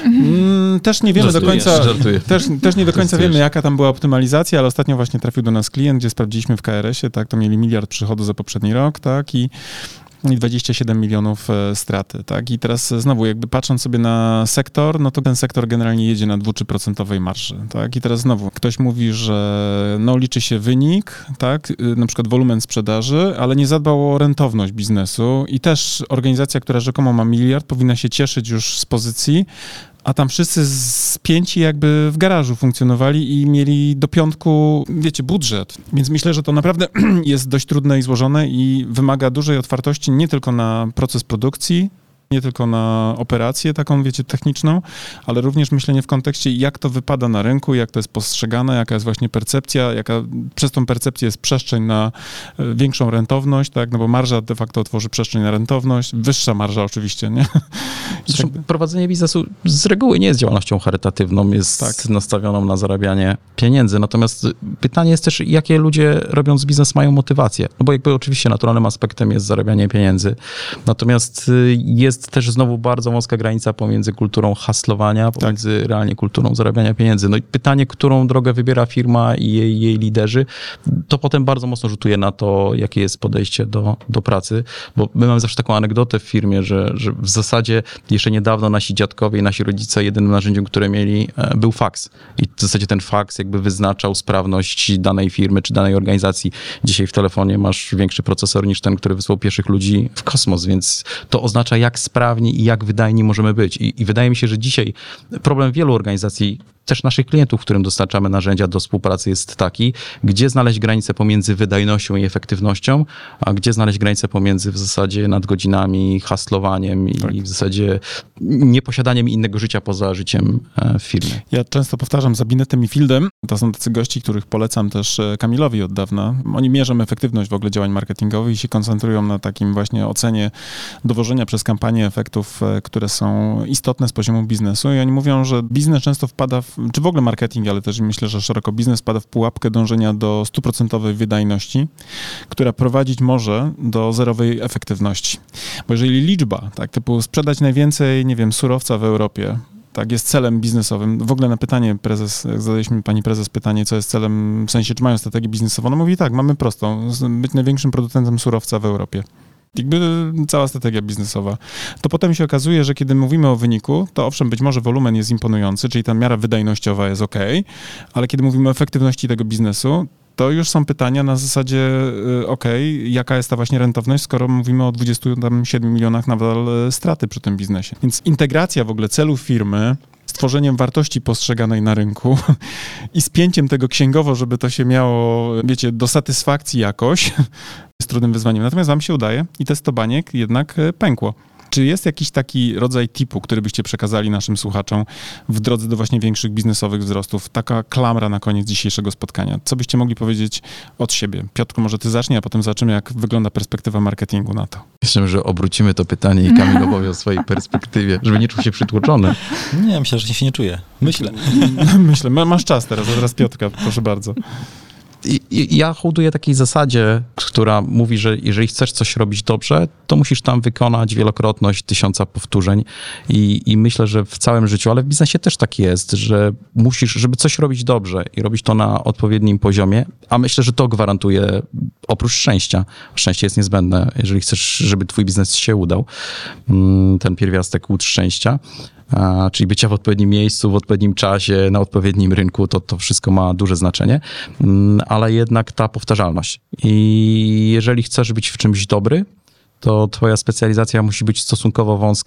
Mm, też nie wiemy Żartuję, do końca... żartuję. Też, też nie do końca Żartujesz. wiemy, jaka tam była optymalizacja, ale ostatnio właśnie trafił do nas klient, gdzie sprawdziliśmy w K R S ie, tak, to mieli miliard przychodu za poprzedni rok, tak, i i dwadzieścia siedem milionów e, straty, tak? I teraz znowu jakby patrząc sobie na sektor, no to ten sektor generalnie jedzie na dwu czy trzy procent marży, tak? I teraz znowu ktoś mówi, że no liczy się wynik, tak? Na przykład wolumen sprzedaży, ale nie zadbał o rentowność biznesu i też organizacja, która rzekomo ma miliard, powinna się cieszyć już z pozycji, a tam wszyscy spięci jakby w garażu funkcjonowali i mieli do piątku, wiecie, budżet. Więc myślę, że to naprawdę jest dość trudne i złożone i wymaga dużej otwartości nie tylko na proces produkcji, nie tylko na operację taką, wiecie, techniczną, ale również myślenie w kontekście, jak to wypada na rynku, jak to jest postrzegane, jaka jest właśnie percepcja, jaka przez tą percepcję jest przestrzeń na większą rentowność, tak, no bo marża de facto tworzy przestrzeń na rentowność, wyższa marża oczywiście, nie? Zresztą prowadzenie biznesu z reguły nie jest działalnością charytatywną, jest tak. nastawioną na zarabianie pieniędzy, natomiast pytanie jest też, jakie ludzie robiąc biznes mają motywację, no bo jakby oczywiście naturalnym aspektem jest zarabianie pieniędzy, natomiast jest też znowu bardzo wąska granica pomiędzy kulturą haslowania, pomiędzy tak. realnie kulturą zarabiania pieniędzy. No i pytanie, którą drogę wybiera firma i jej, jej liderzy, to potem bardzo mocno rzutuje na to, jakie jest podejście do, do pracy, bo my mamy zawsze taką anegdotę w firmie, że, że w zasadzie jeszcze niedawno nasi dziadkowie i nasi rodzice jedynym narzędziem, które mieli, był faks. I w zasadzie ten faks jakby wyznaczał sprawność danej firmy czy danej organizacji. Dzisiaj w telefonie masz większy procesor niż ten, który wysłał pierwszych ludzi w kosmos, więc to oznacza, jak sprawni i jak wydajni możemy być. I, I wydaje mi się, że dzisiaj problem wielu organizacji, też naszych klientów, którym dostarczamy narzędzia do współpracy, jest taki, gdzie znaleźć granicę pomiędzy wydajnością i efektywnością, a gdzie znaleźć granicę pomiędzy w zasadzie nadgodzinami, hustlowaniem i, tak. i w zasadzie nieposiadaniem innego życia poza życiem w firmie. Ja często powtarzam za Binetem i Fieldem, to są tacy gości, których polecam też Kamilowi od dawna. Oni mierzą efektywność w ogóle działań marketingowych i się koncentrują na takim właśnie ocenie dowożenia przez kampanię efektów, które są istotne z poziomu biznesu i oni mówią, że biznes często wpada w, czy w ogóle marketing, ale też myślę, że szeroko biznes wpada w pułapkę dążenia do stuprocentowej wydajności, która prowadzić może do zerowej efektywności. Bo jeżeli liczba, tak, typu sprzedać najwięcej, nie wiem, surowca w Europie, tak, jest celem biznesowym. W ogóle na pytanie prezes, jak zadaliśmy pani prezes pytanie, co jest celem, w sensie, czy mają strategię biznesową, no mówi tak, mamy prostą, być największym producentem surowca w Europie. Jakby cała strategia biznesowa. To potem się okazuje, że kiedy mówimy o wyniku, to owszem, być może wolumen jest imponujący, czyli ta miara wydajnościowa jest ok, ale kiedy mówimy o efektywności tego biznesu, to już są pytania na zasadzie, ok, jaka jest ta właśnie rentowność, skoro mówimy o dwudziestu siedmiu milionach nadal straty przy tym biznesie. Więc integracja w ogóle celów firmy, stworzeniem wartości postrzeganej na rynku i spięciem tego księgowo, żeby to się miało, wiecie, do satysfakcji jakoś, jest trudnym wyzwaniem. Natomiast wam się udaje i testo baniek jednak pękło. Czy jest jakiś taki rodzaj tipu, który byście przekazali naszym słuchaczom w drodze do właśnie większych biznesowych wzrostów? Taka klamra na koniec dzisiejszego spotkania. Co byście mogli powiedzieć od siebie? Piotrku, może ty zacznij, a potem zobaczymy, jak wygląda perspektywa marketingu na to. Myślę, że obrócimy to pytanie i Kamil opowie o swojej perspektywie, żeby nie czuł się przytłoczony. Nie, myślę, że się nie czuję. Myślę. Myślę. Masz czas teraz, a teraz Piotrka, proszę bardzo. Ja hołduję takiej zasadzie, która mówi, że jeżeli chcesz coś robić dobrze, to musisz tam wykonać wielokrotność tysiąca powtórzeń i, i myślę, że w całym życiu, ale w biznesie też tak jest, że musisz, żeby coś robić dobrze i robić to na odpowiednim poziomie, a myślę, że to gwarantuje oprócz szczęścia. Szczęście jest niezbędne, jeżeli chcesz, żeby twój biznes się udał, ten pierwiastek łód szczęścia. A, czyli bycia w odpowiednim miejscu, w odpowiednim czasie, na odpowiednim rynku, to, to wszystko ma duże znaczenie, ale jednak ta powtarzalność. I jeżeli chcesz być w czymś dobry, to twoja specjalizacja musi być stosunkowo wąska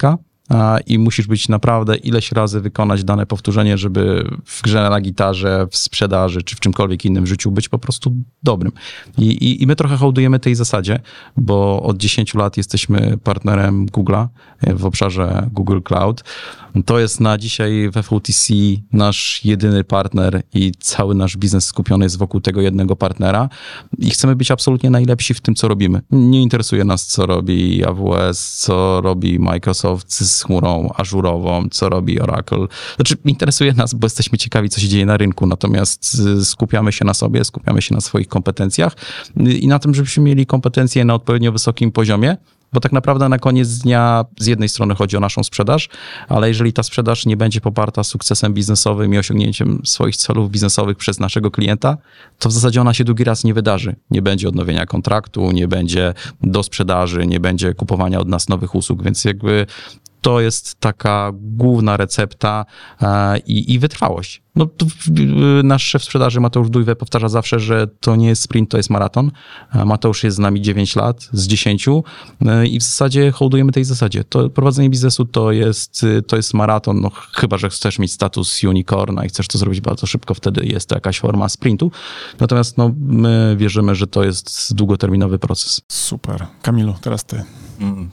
a, i musisz być naprawdę ileś razy wykonać dane powtórzenie, żeby w grze na gitarze, w sprzedaży, czy w czymkolwiek innym życiu być po prostu dobrym. I, i, i my trochę hołdujemy tej zasadzie, bo od dziesięciu lat jesteśmy partnerem Google'a w obszarze Google Cloud. To jest na dzisiaj w F O T C nasz jedyny partner i cały nasz biznes skupiony jest wokół tego jednego partnera i chcemy być absolutnie najlepsi w tym, co robimy. Nie interesuje nas, co robi A W S, co robi Microsoft z chmurą ażurową, co robi Oracle. Znaczy, interesuje nas, bo jesteśmy ciekawi, co się dzieje na rynku, natomiast skupiamy się na sobie, skupiamy się na swoich kompetencjach i na tym, żebyśmy mieli kompetencje na odpowiednio wysokim poziomie, bo tak naprawdę na koniec dnia z jednej strony chodzi o naszą sprzedaż, ale jeżeli ta sprzedaż nie będzie poparta sukcesem biznesowym i osiągnięciem swoich celów biznesowych przez naszego klienta, to w zasadzie ona się drugi raz nie wydarzy. Nie będzie odnowienia kontraktu, nie będzie do sprzedaży, nie będzie kupowania od nas nowych usług, więc jakby to jest taka główna recepta e, i, i wytrwałość. No, to, nasz szef sprzedaży Mateusz Dujwe powtarza zawsze, że to nie jest sprint, to jest maraton. Mateusz jest z nami dziewięć lat z dziesięciu e, i w zasadzie hołdujemy tej zasadzie. To prowadzenie biznesu to jest, to jest maraton, no, chyba że chcesz mieć status unicorna i chcesz to zrobić bardzo szybko, wtedy jest to jakaś forma sprintu. Natomiast no, my wierzymy, że to jest długoterminowy proces. Super. Kamilu, teraz ty. Mm.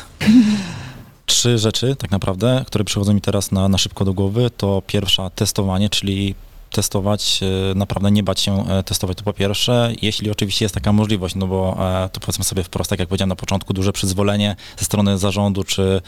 Trzy rzeczy tak naprawdę, które przychodzą mi teraz na, na szybko do głowy, to pierwsza testowanie, czyli testować, naprawdę nie bać się testować, to po pierwsze, jeśli oczywiście jest taka możliwość, no bo to powiedzmy sobie wprost, tak jak powiedziałem na początku, duże przyzwolenie ze strony zarządu, czy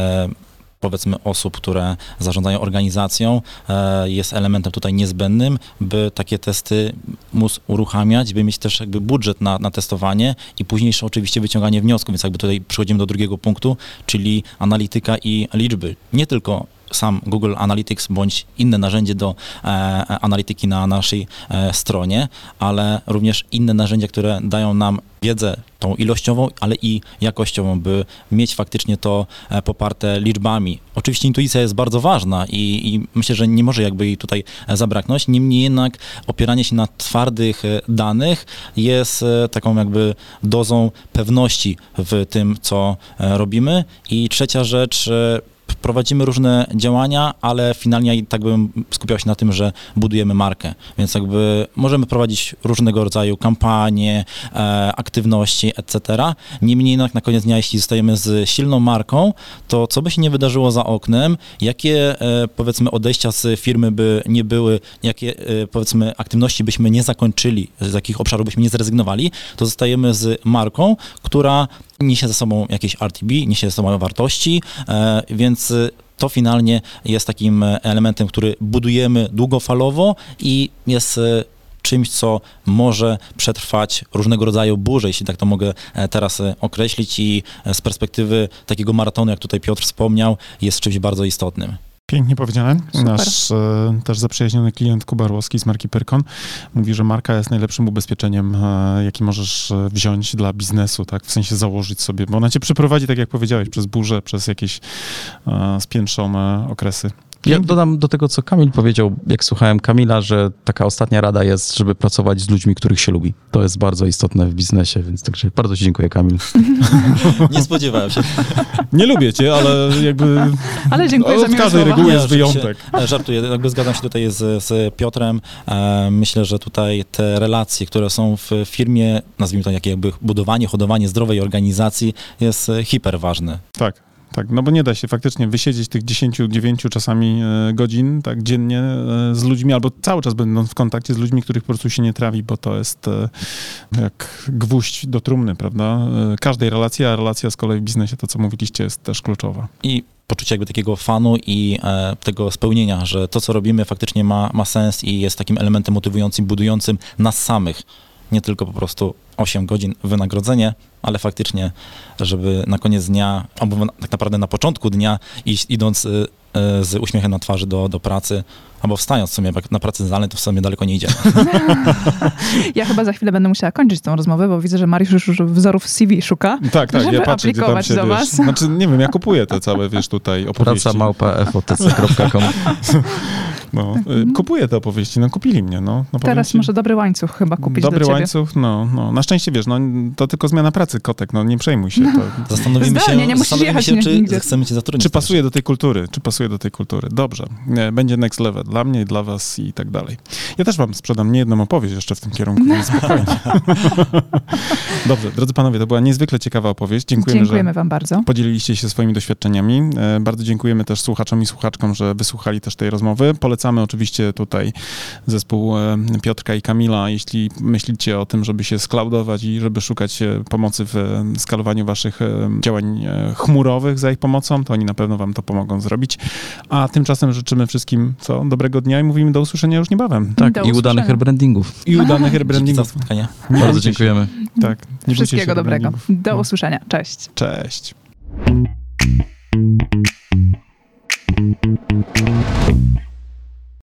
powiedzmy osób, które zarządzają organizacją, jest elementem tutaj niezbędnym, by takie testy móc uruchamiać, by mieć też jakby budżet na, na testowanie i późniejsze oczywiście wyciąganie wniosków, więc jakby tutaj przechodzimy do drugiego punktu, czyli analityka i liczby. Nie tylko sam Google Analytics bądź inne narzędzie do e, analityki na naszej e, stronie, ale również inne narzędzia, które dają nam wiedzę tą ilościową, ale i jakościową, by mieć faktycznie to e, poparte liczbami. Oczywiście intuicja jest bardzo ważna i, i myślę, że nie może jakby jej tutaj e, zabraknąć, niemniej jednak opieranie się na twardych e, danych jest e, taką jakby dozą pewności w tym, co e, robimy. I trzecia rzecz, e, prowadzimy różne działania, ale finalnie i tak bym skupiał się na tym, że budujemy markę, więc jakby możemy prowadzić różnego rodzaju kampanie, e, aktywności, et cetera. Niemniej jednak na koniec dnia, jeśli zostajemy z silną marką, to co by się nie wydarzyło za oknem, jakie e, powiedzmy odejścia z firmy by nie były, jakie e, powiedzmy aktywności byśmy nie zakończyli, z jakich obszarów byśmy nie zrezygnowali, to zostajemy z marką, która niesie ze sobą jakieś R T B, niesie ze sobą wartości, e, więc to finalnie jest takim elementem, który budujemy długofalowo i jest czymś, co może przetrwać różnego rodzaju burze, jeśli tak to mogę teraz określić, i z perspektywy takiego maratonu, jak tutaj Piotr wspomniał, jest czymś bardzo istotnym. Pięknie powiedziane. Super. Nasz e, też zaprzyjaźniony klient Kuba Orłowski z marki Pyrkon mówi, że marka jest najlepszym ubezpieczeniem, e, jaki możesz wziąć dla biznesu, tak? W sensie założyć sobie, bo ona cię przeprowadzi, tak jak powiedziałeś, przez burzę, przez jakieś e, spiętrzone okresy. Ja dodam do tego, co Kamil powiedział, jak słuchałem Kamila, że taka ostatnia rada jest, żeby pracować z ludźmi, których się lubi. To jest bardzo istotne w biznesie, więc także bardzo ci dziękuję, Kamil. Nie spodziewałem się. Nie lubię cię, ale jakby... Ale dziękuję za Od miłe każdej słowa. reguły Nie, jest wyjątek. Żartuję, jakby zgadzam się tutaj z, z Piotrem. E, myślę, że tutaj te relacje, które są w firmie, nazwijmy to jak jakby budowanie, hodowanie zdrowej organizacji, jest hiperważne. Tak. Tak, no bo nie da się faktycznie wysiedzieć tych dziesięciu, dziewięciu czasami e, godzin, tak, dziennie e, z ludźmi, albo cały czas będąc w kontakcie z ludźmi, których po prostu się nie trawi, bo to jest e, jak gwóźdź do trumny, prawda? E, każdej relacji, a relacja z kolei w biznesie, to co mówiliście, jest też kluczowa. I poczucie jakby takiego fanu i e, tego spełnienia, że to, co robimy, faktycznie ma, ma sens i jest takim elementem motywującym, budującym nas samych. Nie tylko po prostu osiem godzin wynagrodzenie, ale faktycznie, żeby na koniec dnia, albo tak naprawdę na początku dnia, iść, idąc y, y, z uśmiechem na twarzy do, do pracy, albo wstając w sumie, jak na pracy zdalnej, to w sumie daleko nie idzie. Ja chyba za chwilę będę musiała kończyć tą rozmowę, bo widzę, że Mariusz już wzorów C V szuka. Tak, tak, żeby ja patrzę, gdzie tam się, do wiesz, was. Znaczy, nie wiem, ja kupuję te całe, wiesz, tutaj opowieści. Praca małpa f o t c kropka com. No, y, kupuję te opowieści, no kupili mnie, no. no powiem Teraz ci, może dobry łańcuch chyba kupić Dobry do ciebie. łańcuch, no, no. Na szczęście, wiesz, no, to tylko zmiana pracy, Kotek, no nie przejmuj się. To, Zastanowimy Zdalnie, nie się, musisz zastanowimy jechać się czy nigdzie. chcemy cię zatrudnić. czy pasuje do tej kultury, czy pasuje do tej kultury. Dobrze, nie, będzie next level dla mnie i dla was i tak dalej. Ja też wam sprzedam nie jedną opowieść jeszcze w tym kierunku, więc spokojnie. Dobrze, drodzy panowie, to była niezwykle ciekawa opowieść. Dziękujemy, Dziękujemy że wam bardzo. podzieliliście się swoimi doświadczeniami. E, Bardzo dziękujemy też słuchaczom i słuchaczkom, że wysłuchali też tej rozmowy. Polecamy oczywiście tutaj zespół e, Piotrka i Kamila, jeśli myślicie o tym, żeby się skloudować i żeby szukać e, pomocy w e, skalowaniu waszych e, działań e, chmurowych za ich pomocą, to oni na pewno wam to pomogą zrobić. A tymczasem życzymy wszystkim co? Dobrego dnia i mówimy do usłyszenia już niebawem. Tak, Do i udanych usłyszenia. rebrandingów. I udanych Dzięki za rebrandingów. spotkanie. Nie Bardzo bójcie się. dziękujemy. Tak. nie bójcie się Wszystkiego dobrego. rebrandingów. Do No. usłyszenia. Cześć. Cześć.